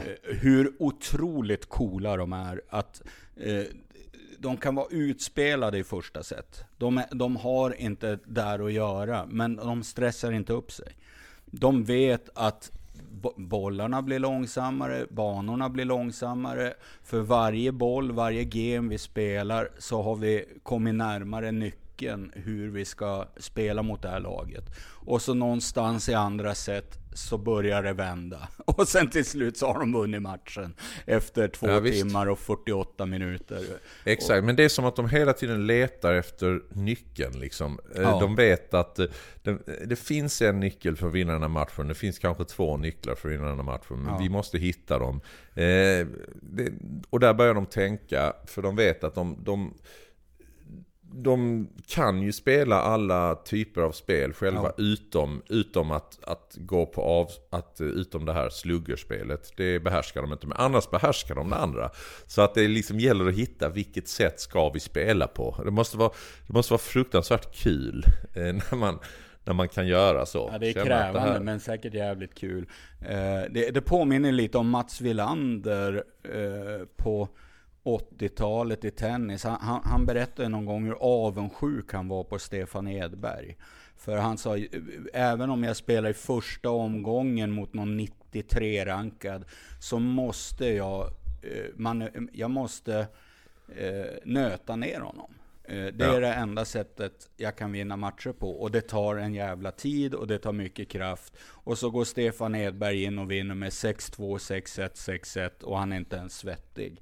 hur otroligt coola de är. Att eh, de kan vara utspelade i första set. De, de har inte där att göra, men de stressar inte upp sig. De vet att bollarna blir långsammare, banorna blir långsammare. För varje boll, varje game vi spelar så har vi kommit närmare nyckeln hur vi ska spela mot det här laget. Och så någonstans i andra set så börjar det vända. Och sen till slut så har de vunnit matchen efter två ja, timmar och fyrtioåtta minuter.
Exakt, och, men det är som att de hela tiden letar efter nyckeln liksom. Ja. De vet att det, det finns en nyckel för att vinna den här matchen. Det finns kanske två nycklar för att vinna den här matchen. Men ja. vi måste hitta dem. Eh, det, och där börjar de tänka, för de vet att de... de de kan ju spela alla typer av spel själva ja. utom, utom att, att gå på av, att, utom det här sluggerspelet. Det behärskar de inte, men annars behärskar de det andra. Så att det liksom gäller att hitta vilket sätt ska vi spela på. Det måste vara, det måste vara fruktansvärt kul eh, när man när man kan göra så.
Ja, det är Känner krävande det men säkert jävligt kul. Eh, det, det påminner lite om Mats Wilander eh, på åttiotalet i tennis. Han, han, han berättade någon gång hur avundsjuk han var på Stefan Edberg. För han sa, även om jag spelar i första omgången mot någon nittiotre-rankad så måste jag, eh, man, jag måste eh, nöta ner honom. Eh, det ja. är det enda sättet jag kan vinna matcher på. Och det tar en jävla tid och det tar mycket kraft. Och så går Stefan Edberg in och vinner med sex två, sex ett, sex ett och han är inte ens svettig.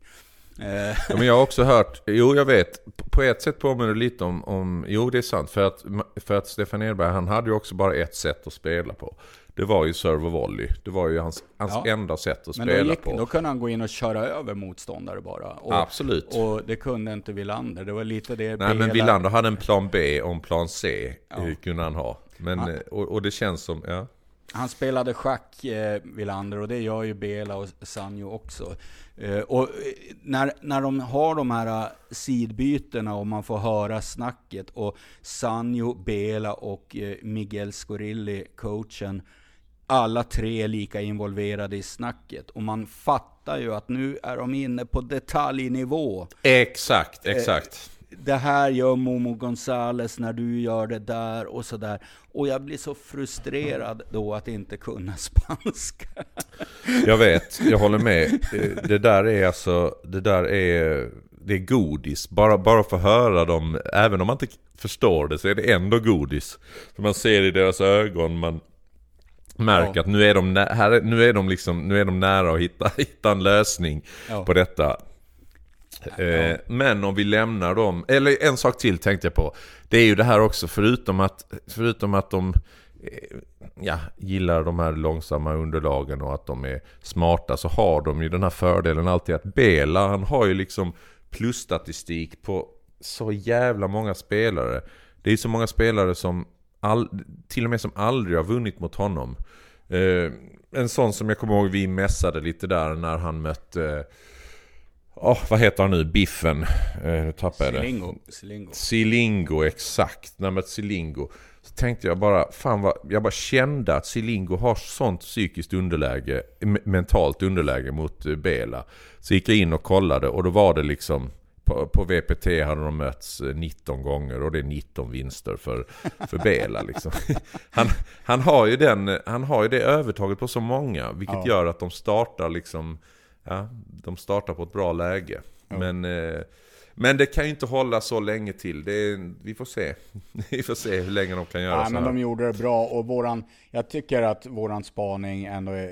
Ja, men jag har också hört, jo jag vet, på ett sätt påminner det lite om, om, jo det är sant, för att, för att Stefan Edberg, han hade ju också bara ett sätt att spela på. Det var ju serve och volley, det var ju hans, hans ja. enda sätt att
men
spela
då gick,
på.
Då kunde han gå in och köra över motståndare bara. Och,
Absolut.
Och det kunde inte Wilander, det var lite det.
Nej
Bela...
men Wilander hade en plan B och en plan C, ja. hur kunde han ha. Men,
han...
och, och det känns som, ja.
Han spelade schack, eh, Wilander, och det gör ju Bela och Sanjo också. Eh, och när, när de har de här sidbytena och man får höra snacket och Sanjo, Bela och eh, Miguel Scorilli, coachen, alla tre är lika involverade i snacket. Och man fattar ju att nu är de inne på detaljnivå.
Exakt, exakt.
Eh, det här gör Momo Gonzales när du gör det där och sådär. Och jag blir så frustrerad då att inte kunna spanska.
Jag vet, jag håller med. Det där är alltså, det där är, det är godis. Bara, bara för att höra dem, även om man inte förstår det så är det ändå godis. För man ser i deras ögon, man märker ja. att nu är de, här, nu är de liksom, nu är de nära att hitta, hitta en lösning ja. på detta. Ja. Men om vi lämnar dem, eller en sak till tänkte jag på, det är ju det här också, förutom att, förutom att de ja, gillar de här långsamma underlagen och att de är smarta, så har de ju den här fördelen alltid att Bela, han har ju liksom plusstatistik på så jävla många spelare. Det är ju så många spelare som all, till och med som aldrig har vunnit mot honom. Eh, en sån som jag kommer ihåg vi mässade lite där när han mötte oh, vad heter han nu? Biffen. Eh, tappade
Silingo. Silingo.
Silingo, exakt. När man mötte Silingo så tänkte jag bara, fan vad, jag bara kände att Silingo har sånt psykiskt underläge, mentalt underläge mot uh, Bela. Så gick jag in och kollade och då var det liksom på, på V P T hade de mötts nitton gånger och det är nitton vinster för, för Bela liksom. han, han, har ju den, han har ju det övertaget på så många, vilket ja. gör att de startar liksom, ja, de startar på ett bra läge. Ja. Men eh, Men det kan ju inte hålla så länge till. Det är, vi får se. Vi får se hur länge de kan göra.
Ja,
så
men
här.
De gjorde det bra. Och våran, jag tycker att våran spaning ändå är,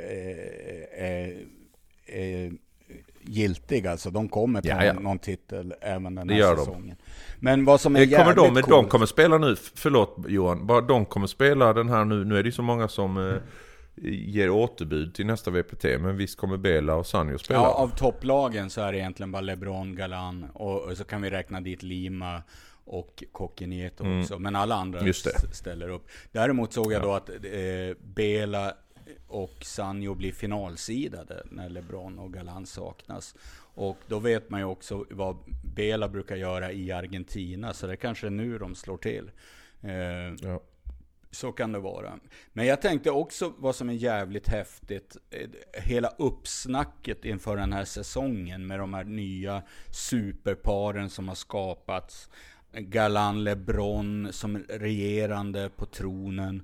är, är, är giltig. Alltså, de kommer ta ja, ja. någon titel även den här det säsongen. De. Men vad som är
det kommer de,
men
de kommer spela nu. Förlåt Johan. Bara de kommer spela den här nu. Nu är det så många som... Mm. ger återbud till nästa V P T, men visst kommer Bela och Sanjo spela.
Ja, av topplagen så är det egentligen bara LeBron, Galan och, och så kan vi räkna dit Lima och Kokkinieto mm. också, men alla andra ställer upp. Däremot såg jag ja. då att eh, Bela och Sanjo blir finalsidade när LeBron och Galan saknas. Och då vet man ju också vad Bela brukar göra i Argentina, så det kanske är nu de slår till. Eh, ja. Så kan det vara. Men jag tänkte också vad som är jävligt häftigt. Hela uppsnacket inför den här säsongen med de här nya superparen som har skapats. Galan LeBron som regerande på tronen.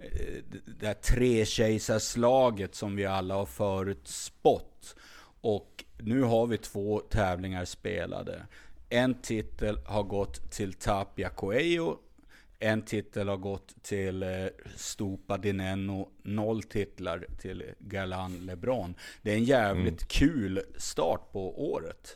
Det här trekejsarslaget som vi alla har förutspått. Och nu har vi två tävlingar spelade. En titel har gått till Tapia Coelho. En titel har gått till eh, Stupa Dineno, noll titlar till Galan LeBron. Det är en jävligt mm. kul start på året.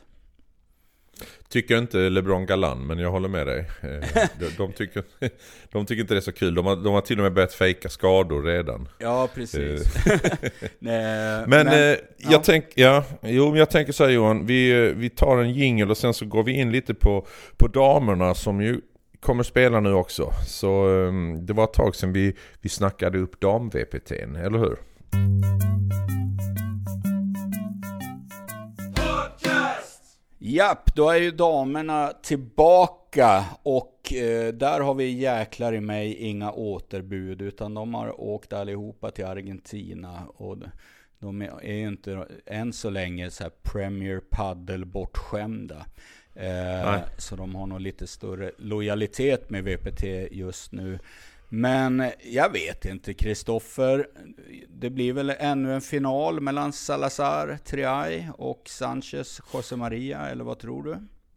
Tycker inte LeBron Galan, men jag håller med dig. De, de, tycker, de tycker inte det är så kul. De har, de har till och med börjat fejka skador redan.
Ja, precis.
Nej, men men eh, jag, ja. tänk, ja, jo, jag tänker så här Johan, vi, vi tar en jingle och sen så går vi in lite på, på damerna som ju kommer spela nu också. Så um, det var ett tag sedan vi, vi snackade upp dam-V P T:n, eller hur?
Japp, då är ju damerna tillbaka och eh, där har vi jäklar i mig inga återbud, utan de har åkt allihopa till Argentina och de är ju inte än så länge så här Premier Paddle bortskämda. Eh, så de har nog lite större lojalitet med V P T just nu. Men jag vet inte, Kristoffer, det blir väl ännu en final mellan Salazar Triay och Sanchez José Maria, eller vad tror du?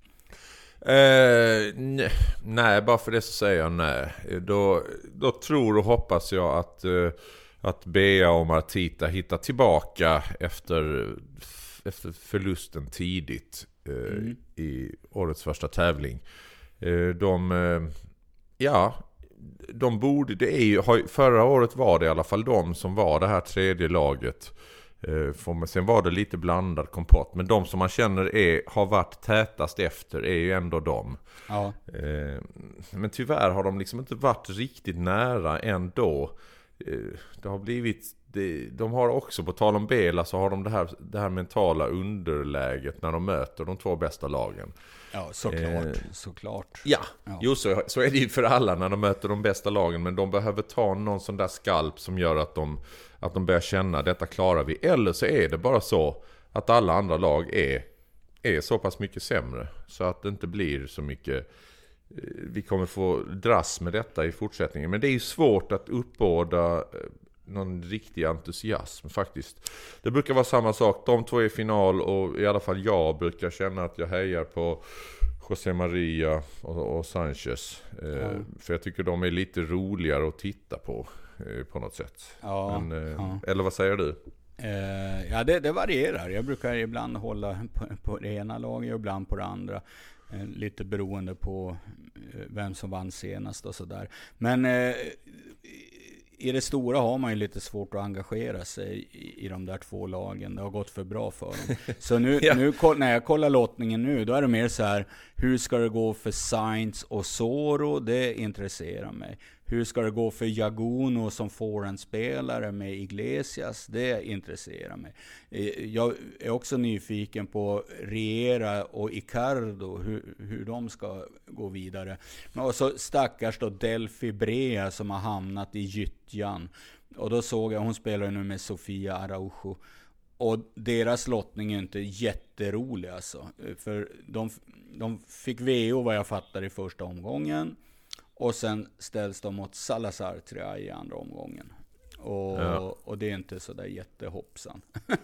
Eh, nej, nej, bara för det så säger jag nej. Då, då tror och hoppas jag att, eh, att Bea och Martita hittar tillbaka efter, efter förlusten tidigt eh, mm. i årets första tävling. Eh, de, eh, ja... De borde, det är ju, förra året var det i alla fall de som var det här tredje laget. Eh, sen var det lite blandad kompott, men de som man känner är, har varit tätast efter är ju ändå de.
Ja.
Eh, men tyvärr har de liksom inte varit riktigt nära ändå. Eh, det har blivit, det, de har också, på tal om Bela, så har de det här, det här mentala underläget när de möter de två bästa lagen.
Ja, såklart. Eh, såklart.
Ja, ja. Jo, så, så är det ju för alla när de möter de bästa lagen. Men de behöver ta någon sån där skalp som gör att de, att de börjar känna detta klarar vi. Eller så är det bara så att alla andra lag är, är så pass mycket sämre. Så att det inte blir så mycket... Vi kommer få dras med detta i fortsättningen. Men det är ju svårt att uppbåda någon riktig entusiasm faktiskt. Det brukar vara samma sak. De två är i final och i alla fall jag brukar känna att jag hejar på José Maria och, och Sanchez. Mm. Eh, för jag tycker de är lite roligare att titta på eh, på något sätt.
Ja,
Men, eh,
ja.
Eller vad säger du?
Eh, ja, det, det varierar. Jag brukar ibland hålla på, på det ena laget och ibland på det andra. Eh, lite beroende på eh, vem som vann senast och sådär. Men... Eh, i det stora har man ju lite svårt att engagera sig i, i de där två lagen. Det har gått för bra för dem. Så nu, ja. nu när jag kollar lottningen nu, då är det mer så här: hur ska det gå för Sainz och Soro? Det intresserar mig. Hur ska det gå för Jaguno som får en spelare med Iglesias? Det intresserar mig. Jag är också nyfiken på Riera och Icardo, hur, hur de ska gå vidare. Och så stackars då Delphi Brea som har hamnat i gyttjan. Och då såg jag, hon spelar nu med Sofia Araujo. Och deras lottning är inte jätterolig alltså. För de, de fick V O vad jag fattar i första omgången. Och sen ställs de mot Salazar Triay i andra omgången. Och, ja. och det är inte så där jättehoppsan.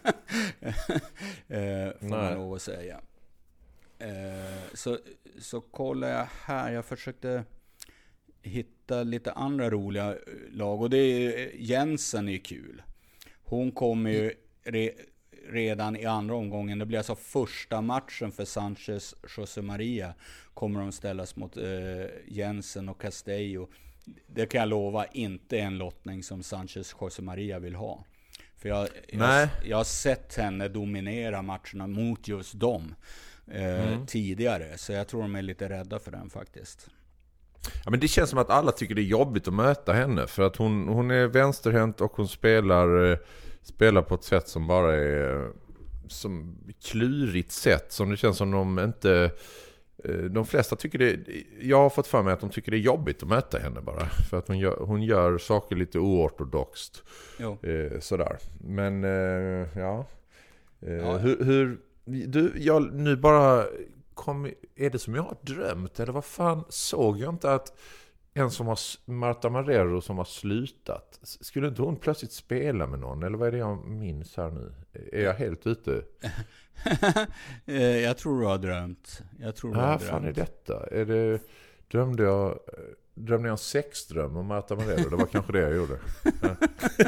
eh, får man lov att säga. Eh, så, så kollar jag här. Jag försökte hitta lite andra roliga lag. Och det är, Jensen är kul. Hon kommer ju re, redan i andra omgången. Det blir alltså första matchen för Sanchez José Maria. Kommer de ställas mot eh, Jensen och Castello. Det kan jag lova inte en lottning som Sanchez José Maria vill ha. För jag, jag, jag har sett henne dominera matcherna mot just dem eh, mm. tidigare. Så jag tror de är lite rädda för den faktiskt.
Ja, men det känns som att alla tycker det är jobbigt att möta henne. För att hon, hon är vänsterhänt och hon spelar, eh, spelar på ett sätt som bara är som klurigt sätt. Som det känns som de inte... De flesta tycker det, jag har fått för mig att de tycker det är jobbigt att möta henne bara. För att hon gör, hon gör saker lite oortodoxt. Eh, sådär. Men eh, ja. Eh, ja. Hur, hur du, jag nu bara kom, är det som jag har drömt? Eller vad fan, såg jag inte att en som har, Marta Marrero som har slutat, skulle inte hon plötsligt spela med någon? Eller vad är det jag minns här nu? Är jag helt ute?
Jag tror du har drömt. Jag tror du
ah,
har
vad
drömt.
fan är detta? Är det, drömde jag drömde jag en sexdröm om Marta Marrero? Det var kanske det jag gjorde. Ja,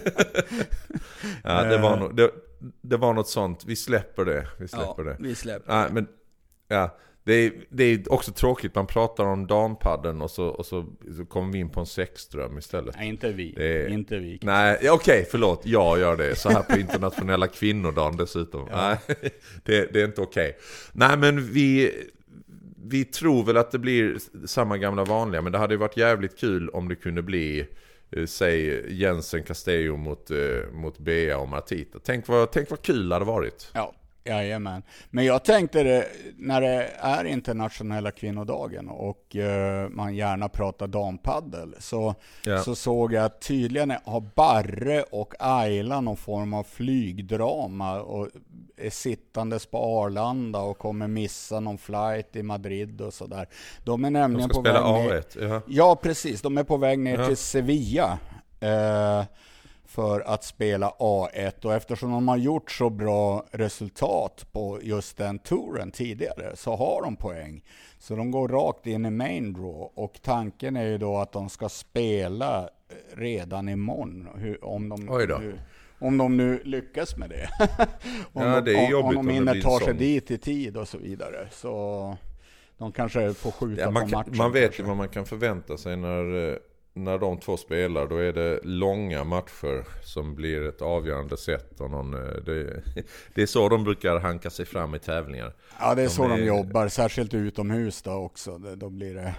ja det, var no, det, det var något sånt. Vi släpper det. Vi släpper
ja,
det.
Vi släpper
ja,
det.
Men, ja, det, är, det är också tråkigt. Man pratar om dampadden och så, och så, så kommer vi in på en sexdröm istället.
Nej, inte vi.
Är,
inte vi.
Nej, okej, okay, förlåt. Jag gör det. Så här på internationella kvinnodagen dessutom. Ja. Nej, det, det är inte okej. Okay. Nej, men vi... Vi tror väl att det blir samma gamla vanliga, men det hade ju varit jävligt kul om det kunde bli eh, säg Jensen Castello mot, eh, mot Bea och Martita. Tänk vad, tänk vad kul det hade varit.
Ja, jajamän. Men jag tänkte det, när det är internationella kvinnodagen och eh, man gärna pratar dampaddel, så, ja. så såg jag att tydligen har Barre och Ayla någon form av flygdrama och är sittandes på Arlanda och kommer missa någon flight i Madrid och sådär. De är nämligen
de ska
på
spela
väg ner.
A ett, ja.
Ja, precis. De är på väg ner
ja.
till Sevilla eh, för att spela A ett. Och eftersom de har gjort så bra resultat på just den touren tidigare så har de poäng. Så de går rakt in i main draw. Och tanken är ju då att de ska spela redan imorgon. Hur, om de...
Oj då.
Hur, Om de nu lyckas med det. om,
ja, det är
de, om, om de hinner ta sig
sån.
dit i tid och så vidare. Så de kanske får skjuta
ja, man
på
kan,
matchen.
Man vet ju vad man kan förvänta sig när, när de två spelar. Då är det långa matcher som blir ett avgörande sätt. Och någon, det, det är så de brukar hanka sig fram i tävlingar.
Ja, det är
de
så
är,
de jobbar. Särskilt utomhus då också. Då blir det...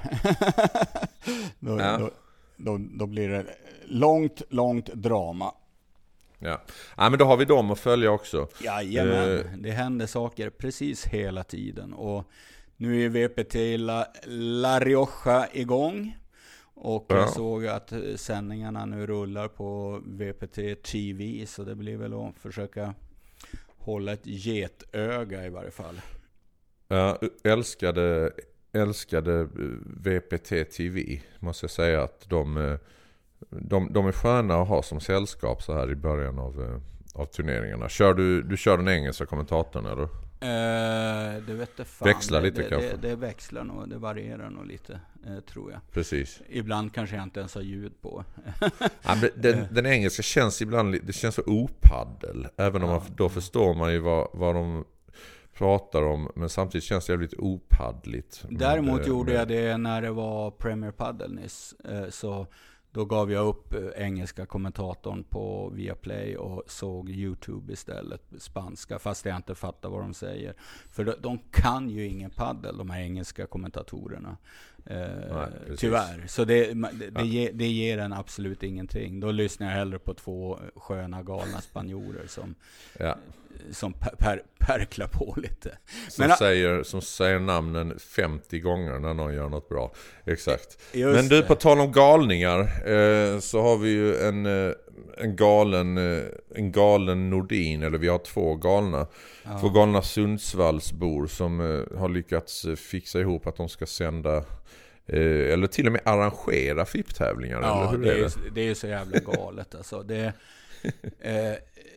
då,
ja.
då, då, då blir det långt, långt drama.
Ja. ja, men då har vi dem att följa också.
Jajamän, uh, det händer saker precis hela tiden. Och nu är V P T La, La Rioja igång. Och ja. jag såg att sändningarna nu rullar på V P T T V. Så det blir väl att försöka hålla ett getöga i varje fall.
Ja, älskade, älskade V P T T V. Måste jag säga att de... De, de är sköna att ha som sällskap så här i början av, av turneringarna. Kör du, du kör den engelska kommentatorn eller?
Eh, det vet jag fan.
Växlar lite
det,
kanske?
Det, det växlar nog, det varierar nog lite eh, tror jag.
Precis.
Ibland kanske jag inte ens har ljud på.
ja, den, den engelska känns ibland, det känns så opaddel. Även om ja. man, då förstår man ju vad, vad de pratar om. Men samtidigt känns det jävligt opaddligt.
Däremot
med,
gjorde
med...
jag det när det var Premier Padel nyss. Eh, så Då gav jag upp engelska kommentatorn på Viaplay och såg YouTube istället, spanska, fast jag inte fattar vad de säger. För de, de kan ju ingen paddel, de här engelska kommentatorerna. Eh, Nej, tyvärr. Så det, det, det, ge, det ger en absolut ingenting. Då lyssnar jag hellre på två sköna galna spanjorer som, ja. som per, per, perklar på lite.
Som, Men, säger, som säger namnen femtio gånger när någon gör något bra. Exakt. Men du, på tal om galningar, eh, så har vi ju en, eh, en galen eh, en galen Nordin, eller vi har två galna. Ja. Två galna Sundsvallsbor som eh, har lyckats fixa ihop att de ska sända eller till och med arrangera F I P-tävlingar.
Ja,
eller hur
det,
är
är, det? det är ju så jävla galet. Alltså. Det, eh,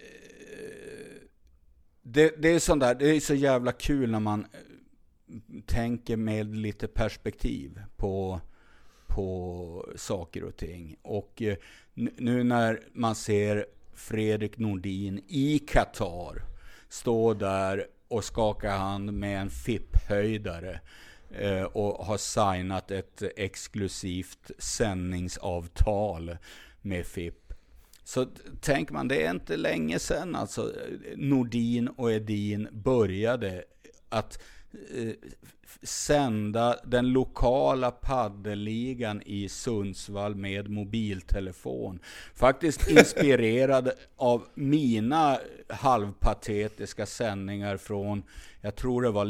det, det, är sån där, det är så jävla kul när man tänker med lite perspektiv på, på saker och ting. Och eh, nu när man ser Fredrik Nordin i Qatar stå där och skaka hand med en F I P-höjdare och har signat ett exklusivt sändningsavtal med F I P. Så tänker man, det är inte länge sedan alltså Nordin och Edin började att eh, sända den lokala paddelligan i Sundsvall med mobiltelefon. Faktiskt inspirerad av mina halvpatetiska sändningar från, jag tror det var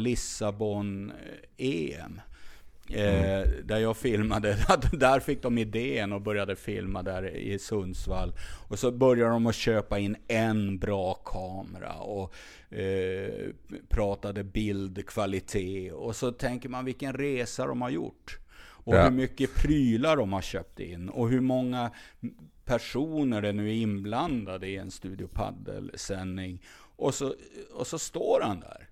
Lissabon-E M. Mm. Eh, där jag filmade, där fick de idén och började filma där i Sundsvall. Och så började de att köpa in en bra kamera och eh, pratade bildkvalitet. Och så tänker man vilken resa de har gjort. Och ja. hur mycket prylar de har köpt in. Och hur många personer det nu är inblandade i en Studio Padel-sändning. Och så, och så står han där.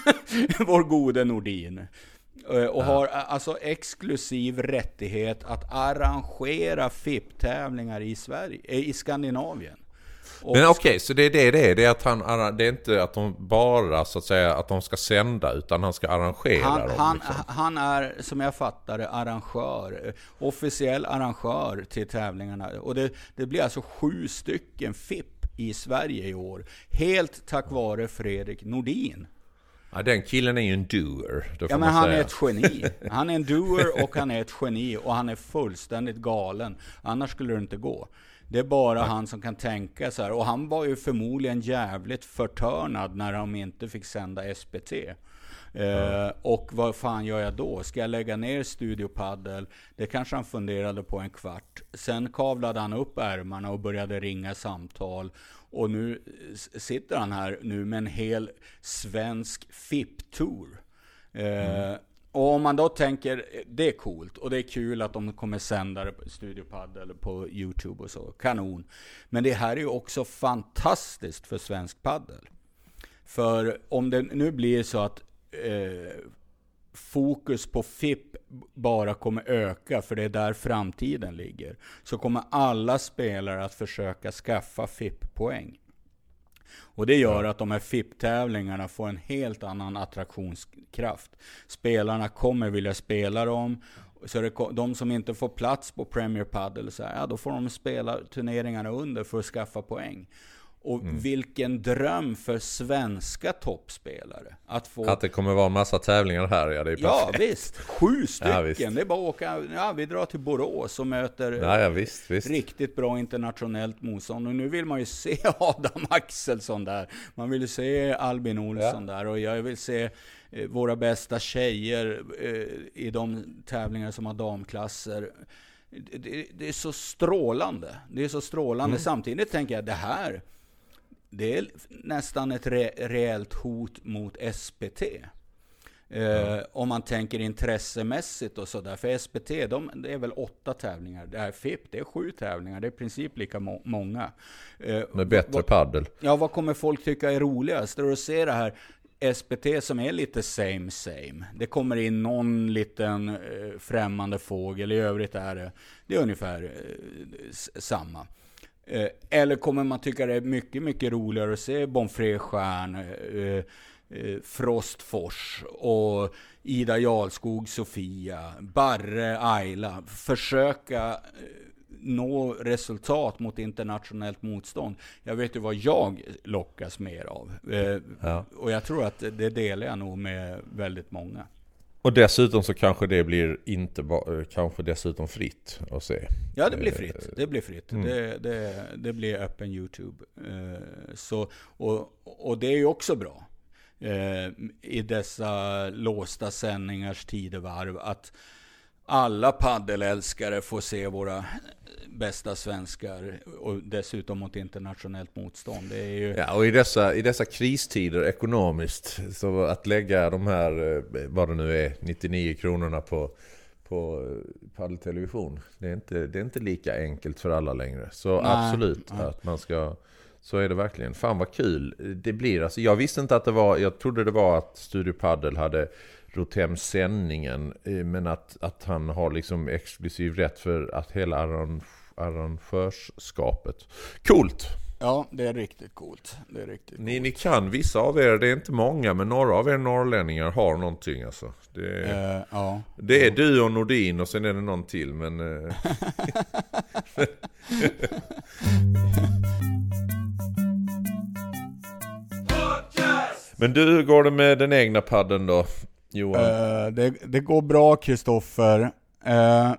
Vår gode Nordin. Och har alltså exklusiv rättighet att arrangera F I P-tävlingar i Sverige, i Skandinavien. Och
Men okej, okay, så det är det det är, det är att han, det är inte att de bara så att säga att de ska sända, utan han ska arrangera
han,
dem.
Han,
liksom.
han är, som jag fattar det, arrangör, officiell arrangör till tävlingarna. Och det, det blir alltså sju stycken F I P i Sverige i år, helt tack vare Fredrik Nordin.
Ja, den killen är ju en doer.
Ja, men han säga. är ett geni. Han är en doer och han är ett geni. Och han är fullständigt galen. Annars skulle det inte gå. Det är bara ja. han som kan tänka så här. Och han var ju förmodligen jävligt förtörnad när de inte fick sända S P T. Ja. Uh, och vad fan gör jag då? Ska jag lägga ner Studio Padel? Det kanske han funderade på en kvart. Sen kavlade han upp ärmarna och började ringa samtal. Och nu sitter han här nu med en hel svensk F I P-tour. Mm. Uh, och om man då tänker, det är coolt och det är kul att de kommer sända det på Studio Padel på YouTube och så. Kanon. Men det här är ju också fantastiskt för svensk paddel. För om det nu blir så att Eh, fokus på F I P bara kommer öka, för det är där framtiden ligger, så kommer alla spelare att försöka skaffa F I P-poäng. Och det gör att de här F I P-tävlingarna får en helt annan attraktionskraft. Spelarna kommer vilja spela dem. Så det, de som inte får plats på Premier Padel, så här, ja, då får de spela turneringarna under för att skaffa poäng. Och mm. vilken dröm för svenska toppspelare att få...
Att det kommer vara en massa tävlingar här, ja, det är
ja visst, sju stycken. Ja, visst. Det är bara att åka, ja, vi drar till Borås och möter
ja, ja, visst, visst.
riktigt bra internationellt motstånd. Och nu vill man ju se Adam Axelsson där. Man vill se Albin Olsson ja. där. Och jag vill se eh, våra bästa tjejer eh, i de tävlingar som har damklasser. Det, det, det är så strålande. Det är så strålande. Mm. Samtidigt tänker jag, det här... det är nästan ett re- reellt hot mot S P T. Eh, mm. Om man tänker intressemässigt och sådär. För S P T, de, det är väl åtta tävlingar. Det här F I P, det är sju tävlingar. Det är i princip lika må- många. Eh,
Med bättre vad, paddel.
Ja, vad kommer folk tycka är roligast? Då ser det här S P T som är lite same same. Det kommer in någon liten eh, främmande fågel. I övrigt är det, det är ungefär eh, samma. Eller kommer man tycka det är mycket, mycket roligare att se Bonfré-Stjärn, eh, eh, Frostfors och Ida Jarlskog, Sofia, Barre, Ayla försöka eh, nå resultat mot internationellt motstånd. Jag vet ju vad jag lockas mer av. Eh, ja. Och jag tror att det delar jag nog med väldigt många.
Och dessutom så kanske det blir inte ba- kanske dessutom fritt att se.
Ja, det blir fritt. Det blir fritt. Mm. Det, det, det blir öppen YouTube. Eh, så, och, och det är ju också bra eh, i dessa låsta sändningars tidevarv att alla paddelälskare får se våra bästa svenskar och dessutom mot internationellt motstånd. Det är ju...
Ja, och i dessa, i dessa kristider ekonomiskt, så att lägga de här, vad det nu är, nittionio kronorna på, på paddeltelevision, det är, inte, det är inte lika enkelt för alla längre. Så nej, absolut nej. Att man ska, så är det verkligen. Fan vad kul det blir. Alltså, jag visste inte att det var, jag trodde det var att Studio Paddel hade rott hem sändningen, men att, att han har liksom exklusiv rätt för att hela arrange, arrangörskapet. Coolt!
Ja, det är riktigt coolt. Det är riktigt
ni,
coolt.
Ni kan, vissa av er, det är inte många, men några av er norrlänningar har någonting alltså. Det är, uh, ja. Det är ja. Du och Nordin och sen är det någon till, men... Men du, hur går det med den egna padden då, Johan?
Uh, det, det går bra, Kristoffer. Uh,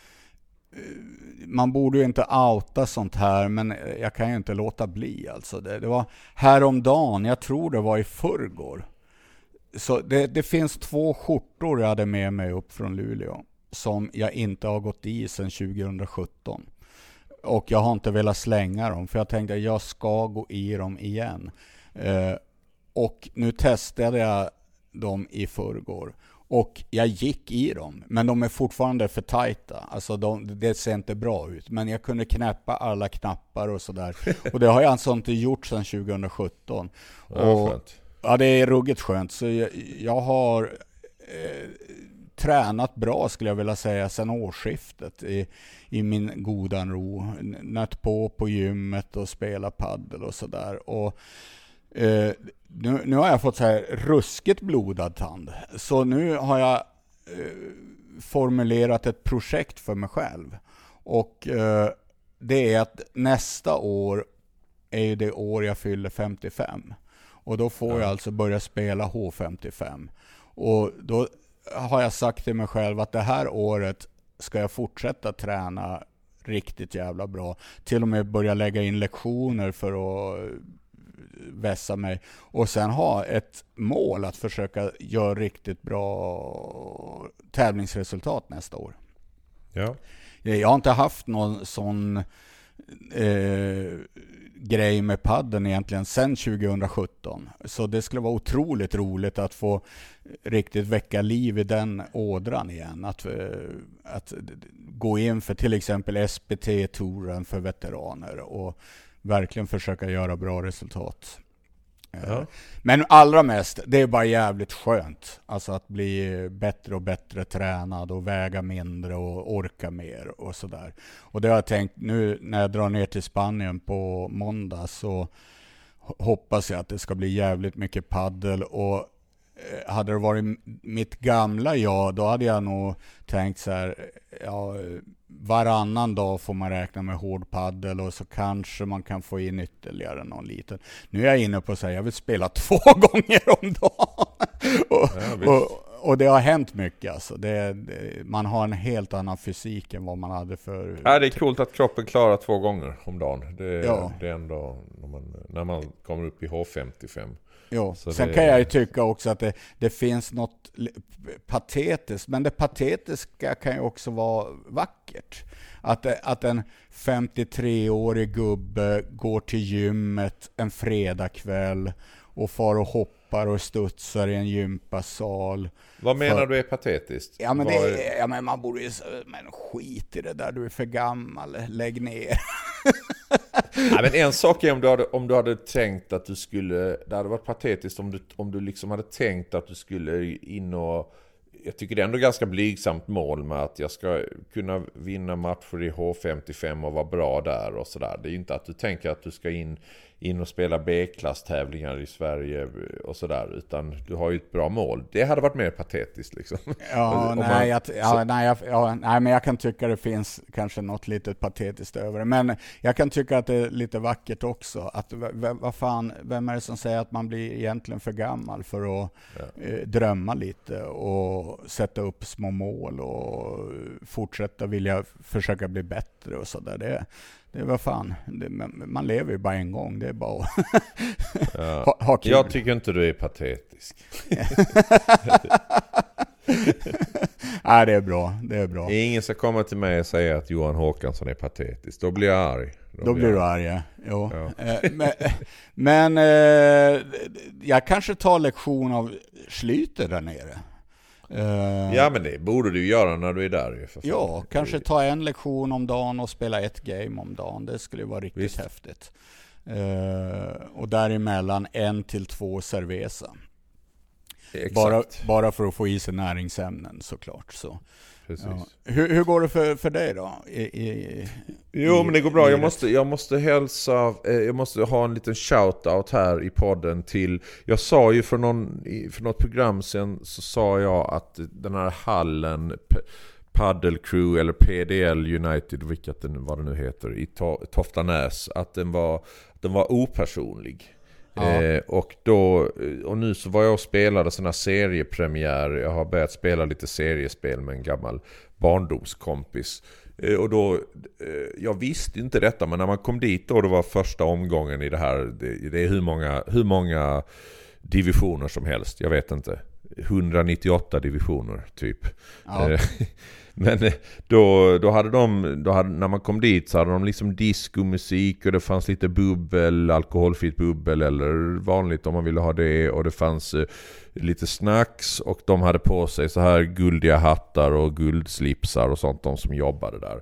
man borde ju inte outa sånt här, men jag kan ju inte låta bli. Alltså det, det var häromdagen, jag tror det var i förrgår. Så det, det finns två skjortor jag hade med mig upp från Luleå som jag inte har gått i sedan tjugo sjutton. Och jag har inte velat slänga dem, för jag tänkte att jag ska gå i dem igen. Uh, Och nu testade jag dem i förrgår. Och jag gick i dem. Men de är fortfarande för tajta. Alltså de, det ser inte bra ut. Men jag kunde knäppa alla knappar och sådär. Och det har jag alltså inte gjort sedan tjugo sjutton.
Ja,
och, ja, det är ruggigt skönt. Så jag, jag har eh, tränat bra, skulle jag vilja säga, sedan årsskiftet. I, i min goda ro. Nött på på gymmet och spela paddel och sådär. Och Uh, nu, nu har jag fått så här ruskigt blodad tand. Så nu har jag uh, formulerat ett projekt för mig själv. Och uh, det är att nästa år är ju det år jag fyller femtiofem. Och då får ja. jag alltså börja spela H femtiofem. Och då har jag sagt till mig själv att det här året ska jag fortsätta träna riktigt jävla bra. Till och med börja lägga in lektioner för att vässa mig. Och sen ha ett mål att försöka göra riktigt bra tävlingsresultat nästa år.
Ja.
Jag har inte haft någon sån eh, grej med padden egentligen sedan tjugo sjutton. Så det skulle vara otroligt roligt att få riktigt väcka liv i den ådran igen. Att, att gå in för till exempel S P T-touren för veteraner och verkligen försöka göra bra resultat. Ja. Men allra mest, det är bara jävligt skönt. Alltså att bli bättre och bättre tränad och väga mindre och orka mer och sådär. Och det har jag tänkt nu när jag drar ner till Spanien på måndag, så hoppas jag att det ska bli jävligt mycket paddel. Och hade det varit mitt gamla jag, då hade jag nog tänkt så här, ja, varannan dag får man räkna med hård paddel och så kanske man kan få in ytterligare någon liten. Nu är jag inne på att säga jag vill spela två gånger om dagen. och, ja, och, och det har hänt mycket. Alltså. Det, det, man har en helt annan fysik än vad man hade för...
Ja, det är coolt att kroppen klarar två gånger om dagen. Det,
ja.
det är ändå när man, när man kommer upp i H femtiofem.
Jo, sen det... kan jag ju tycka också att det, det finns något patetiskt, men det patetiska kan ju också vara vackert. Att, att en femtiotreårig gubbe går till gymmet en fredagkväll och far och hoppar och studsar i en gympasal.
Vad menar för... du är patetiskt?
Ja, men,
Var...
det, ja, men man borde ju... Men skit i det där, du är för gammal, lägg ner.
Ja, men en sak är om du hade, om du hade tänkt att du skulle... Det hade varit patetiskt om du, om du liksom hade tänkt att du skulle in och... Jag tycker det är ändå ganska blygsamt mål med att jag ska kunna vinna matcher i H femtiofem och vara bra där och sådär. Det är ju inte att du tänker att du ska in in och spela B-klasstävlingar i Sverige och sådär, utan du har ju ett bra mål. Det hade varit mer patetiskt liksom.
Ja, nej,
man,
jag, ja, nej, jag, ja, nej, men jag kan tycka det finns kanske något litet patetiskt över det. Men jag kan tycka att det är lite vackert också. Att, v- vad fan, vem är det som säger att man blir egentligen för gammal för att ja. eh, drömma lite och sätta upp små mål och fortsätta vilja försöka bli bättre och sådär. Det, det var fan, det, man lever ju bara en gång, det är bara att
ja.
ha, ha kul.
Jag tycker inte du är patetisk.
Nej, det är bra, det är bra.
Ingen ska komma till mig och säga att Johan Håkansson är patetisk. Då blir jag arg.
Då, Då blir du arg, ja. Jo. Ja. Eh, men men eh, jag kanske tar lektion av Schlyter där nere.
Uh, ja, men det borde du göra när du är där. För
ja, kanske ta en lektion om dagen och spela ett game om dagen. Det skulle vara riktigt Visst. häftigt. Uh, och däremellan en till två cerveza. Bara, bara för att få i sig näringsämnen såklart. Så. Ja. Hur, hur går det för, för dig då? I, i,
jo, men det går bra. Jag måste, jag måste hälsa, jag måste ha en liten shoutout här i podden till, jag sa ju för, någon, för något program sen så sa jag att den här hallen Paddle Crew eller P D L United, vilket den, vad det nu heter, i Toftanäs, att den var, den var opersonlig. Ja. Eh, och då och nu så var jag och spelade såna seriepremiär. Jag har börjat spela lite seriespel med en gammal barndomskompis. Eh, och då eh, jag visste inte detta, men när man kom dit då, det var första omgången i det här, det, det är hur många hur många divisioner som helst, jag vet inte. hundranittioåtta divisioner typ. Ja. Eh, Men då, då hade de, då hade, när man kom dit så hade de liksom discomusik och det fanns lite bubbel, alkoholfritt bubbel eller vanligt om man ville ha det, och det fanns eh, lite snacks, och de hade på sig så här guldiga hattar och guldslipsar och sånt, de som jobbade där.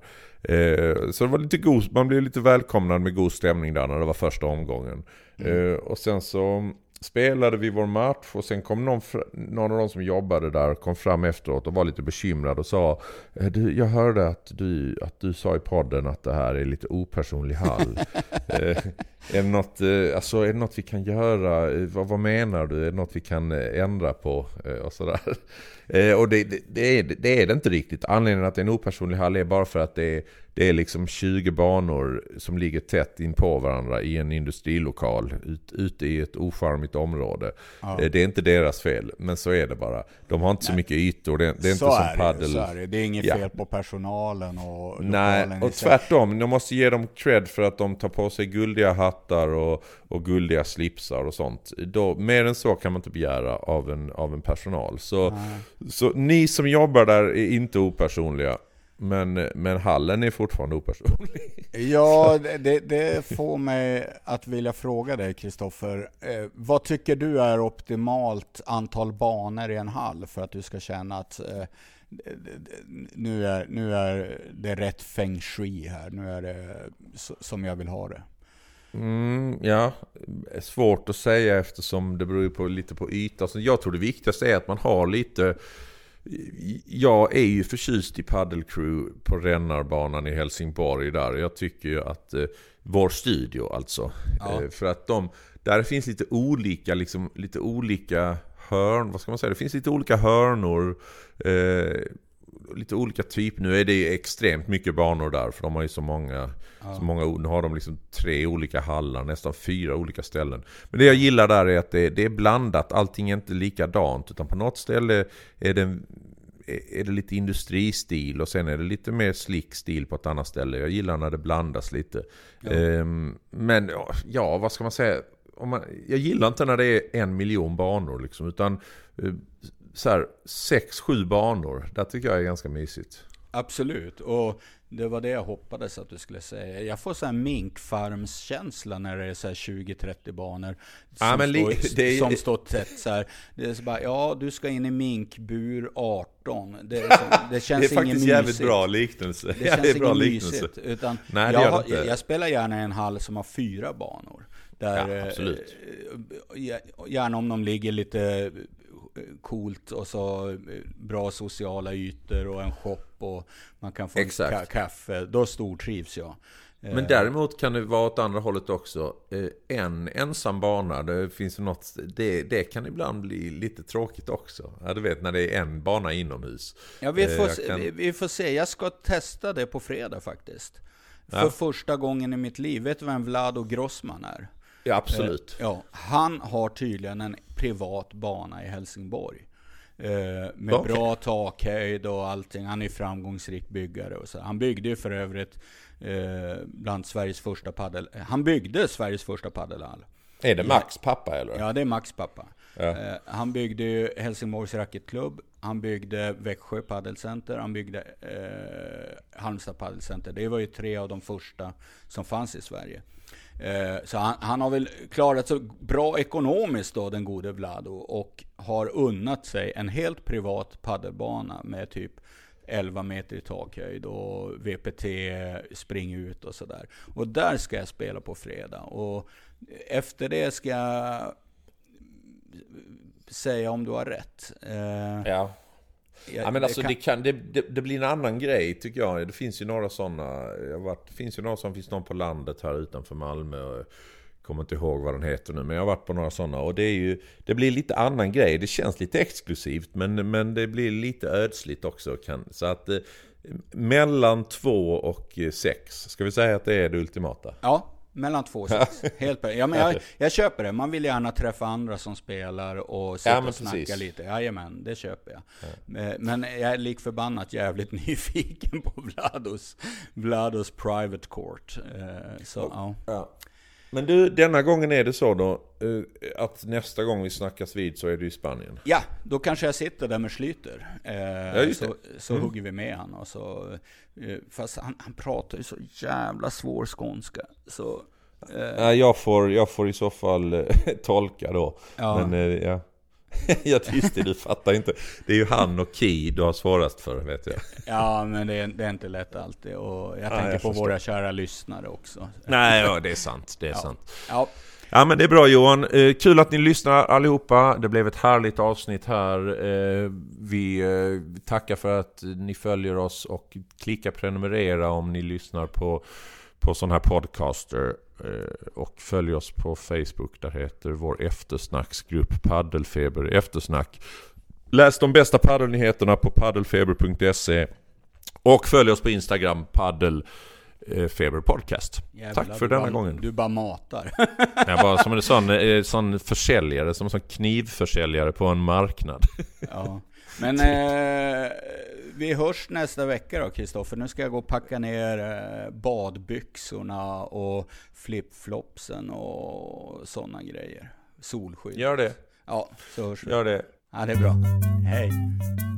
Eh, så det var lite god, man blev lite välkomnad med god stämning där när det var första omgången. Mm. Eh, och sen så spelade vi vår match, och sen kom någon, någon av de som jobbade där kom fram efteråt och var lite bekymrad och sa, du, jag hörde att du, att du sa i podden att det här är lite opersonlig hall. eh, är, det något, eh, alltså, är det något vi kan göra? Eh, vad, vad menar du? Är det något vi kan eh, ändra på? Eh, och sådär. Eh, och det, det, det, är, det är det inte riktigt. Anledningen att det är en opersonlig hall är bara för att det är, det är liksom tjugo banor som ligger tätt in på varandra i en industrilokal ut, ute i ett ocharmigt område. Ja. Eh, det är inte deras fel, men så är det bara. De har inte Nej. så mycket ytor. Det, det är
så
inte
är
som paddel.
Det, är det. det är inget fel ja. på personalen och
Nej, och tvärtom. De måste ge dem cred för att de tar på sig guldiga hattar och, och guldiga slipsar och sånt. Då, mer än så kan man inte begära av en, av en personal. Så, så ni som jobbar där är inte opersonliga. Men, men hallen är fortfarande opersonlig.
Ja, det, det får mig att vilja fråga dig, Kristoffer. Eh, vad tycker du är optimalt antal banor i en hall för att du ska känna att eh, nu, är, nu är det rätt feng shui här. Nu är det som jag vill ha det.
Mm, ja, svårt att säga eftersom det beror på lite på yta. Så jag tror det viktigaste är att man har lite... Jag är ju förtjust i Paddle Crew på Rännarbanan i Helsingborg där. Jag tycker ju att eh, vår studio alltså ja. eh, för att de där finns lite olika liksom lite olika hörn, vad ska man säga? Det finns lite olika hörnor, eh, lite olika typ. Nu är det extremt mycket banor där för de har ju så många ja. så många, nu har de liksom tre olika hallar, nästan fyra olika ställen. Men det jag gillar där är att det, det är blandat, allting är inte likadant, utan på något ställe är det, är det lite industristil och sen är det lite mer slick stil på ett annat ställe. Jag gillar när det blandas lite. Ja. Ehm, men ja, vad ska man säga? Om man, jag gillar inte när det är en miljon banor liksom, utan så här, sex, sju banor. Det tycker jag är ganska mysigt.
Absolut, och det var det jag hoppades att du skulle säga. Jag får så här minkfarmskänsla när det är så här tjugo trettio banor som, ja, men li- står, det är, som står tätt så här. Det är så bara, ja, du ska in i minkbur arton. Det, är så, det känns
det är faktiskt
ingen
jävligt
mysigt.
bra liknelse.
Det känns
ja, det är bra
ingen
liknelse.
Mysigt, utan
Nej,
jag,
det
har,
inte.
jag spelar gärna i en hall som har fyra banor. Där,
ja, absolut.
Gärna om de ligger lite coolt och så bra sociala ytor och en shop och man kan få ka- kaffe, då stortrivs jag.
Men däremot kan det vara åt andra hållet också. En ensam bana, det finns något, det, det kan ibland bli lite tråkigt också. Ja, du vet när det är en bana inomhus.
Ja, vi får,
kan...
vi, vi får se. Jag ska testa det på fredag faktiskt. För
ja.
första gången i mitt liv. Vet du vem Vlado Grossman är?
Ja, absolut.
Ja, han har tydligen en privat bana i Helsingborg. Med
okay.
bra takhöjd och allting. Han är framgångsrik byggare och så. Han byggde ju för övrigt eh, bland Sveriges första paddel. Han byggde Sveriges första paddelhall.
Är det Max pappa eller?
Ja, det är Max pappa.
Ja.
Eh, han byggde ju Helsingborgs racketklubb. Han byggde Växjö paddelcenter. Han byggde eh, Halmstad paddelcenter. Det var ju tre av de första som fanns i Sverige. Eh, så han, han har väl klarat så bra ekonomiskt då, den gode Vlado, och har unnat sig en helt privat paddelbana med typ elva meter i takhöjd och V P T spring ut och sådär. Och där ska jag spela på fredag. Och efter det ska jag säga om du har rätt. Eh,
ja.
Jag,
ja, men alltså
det, kan...
det, kan, det, det, det blir en annan grej tycker jag. Det finns ju några sådana. Jag varit, det finns ju några som finns någon på landet här utanför Malmö. Och kommer inte ihåg vad den heter nu. Men jag har varit på några sådana. Och det, är ju, det blir lite annan grej. Det känns lite exklusivt. Men, men det blir lite ödsligt också. Kan, så att eh, mellan två och sex. Ska vi säga att det är det ultimata?
Ja. Mellan två och sex. Helt perfekt. Ja, men jag, jag köper det. Man vill gärna träffa andra som spelar och sitta ja, och snacka precis. lite. Jajamän, det köper jag. Ja. Men jag är lik förbannat jävligt nyfiken på Vlados, Vlados private court. Så, ja. Ja.
Men du, denna gången är det så då att nästa gång vi snackas vid så är du i Spanien.
Ja, då kanske jag sitter där med Schlyter.
Ja,
så så mm. hugger vi med han. Och så, fast han, han pratar ju så jävla svår skånska. Så,
eh. jag, får, jag får i så fall tolka då. Ja. Men ja. Jag tyste, du fattar inte. Det är ju han och Ki du har svårast för, vet jag.
Ja, men det är, det är inte lätt alltid. Och jag tänker ja, jag på förstår. Våra kära lyssnare också.
Nej, ja, det är sant. Det är
ja.
sant.
Ja.
Ja, men det är bra Johan. Eh, kul att ni lyssnar allihopa. Det blev ett härligt avsnitt här. Eh, vi eh, tackar för att ni följer oss och klicka prenumerera om ni lyssnar på, på sån här podcaster. Eh, och följ oss på Facebook. Där heter vår eftersnacksgrupp Paddelfeber Eftersnack. Läs de bästa paddelnyheterna på paddelfeber punkt se och följ oss på Instagram paddel Feber Podcast. Jävlar, tack för denna
bara,
gången.
Du bara matar.
Jag bara som en sån, sån försäljare, som en sån knivförsäljare på en marknad.
Ja. Men eh, vi hörs nästa vecka då, Kristoffer. Nu ska jag gå och packa ner eh, badbyxorna och flipflopsen och såna grejer. Solskydd.
Gör det.
Ja, så hörs vi.
Gör det.
Ja, det är bra. Hej.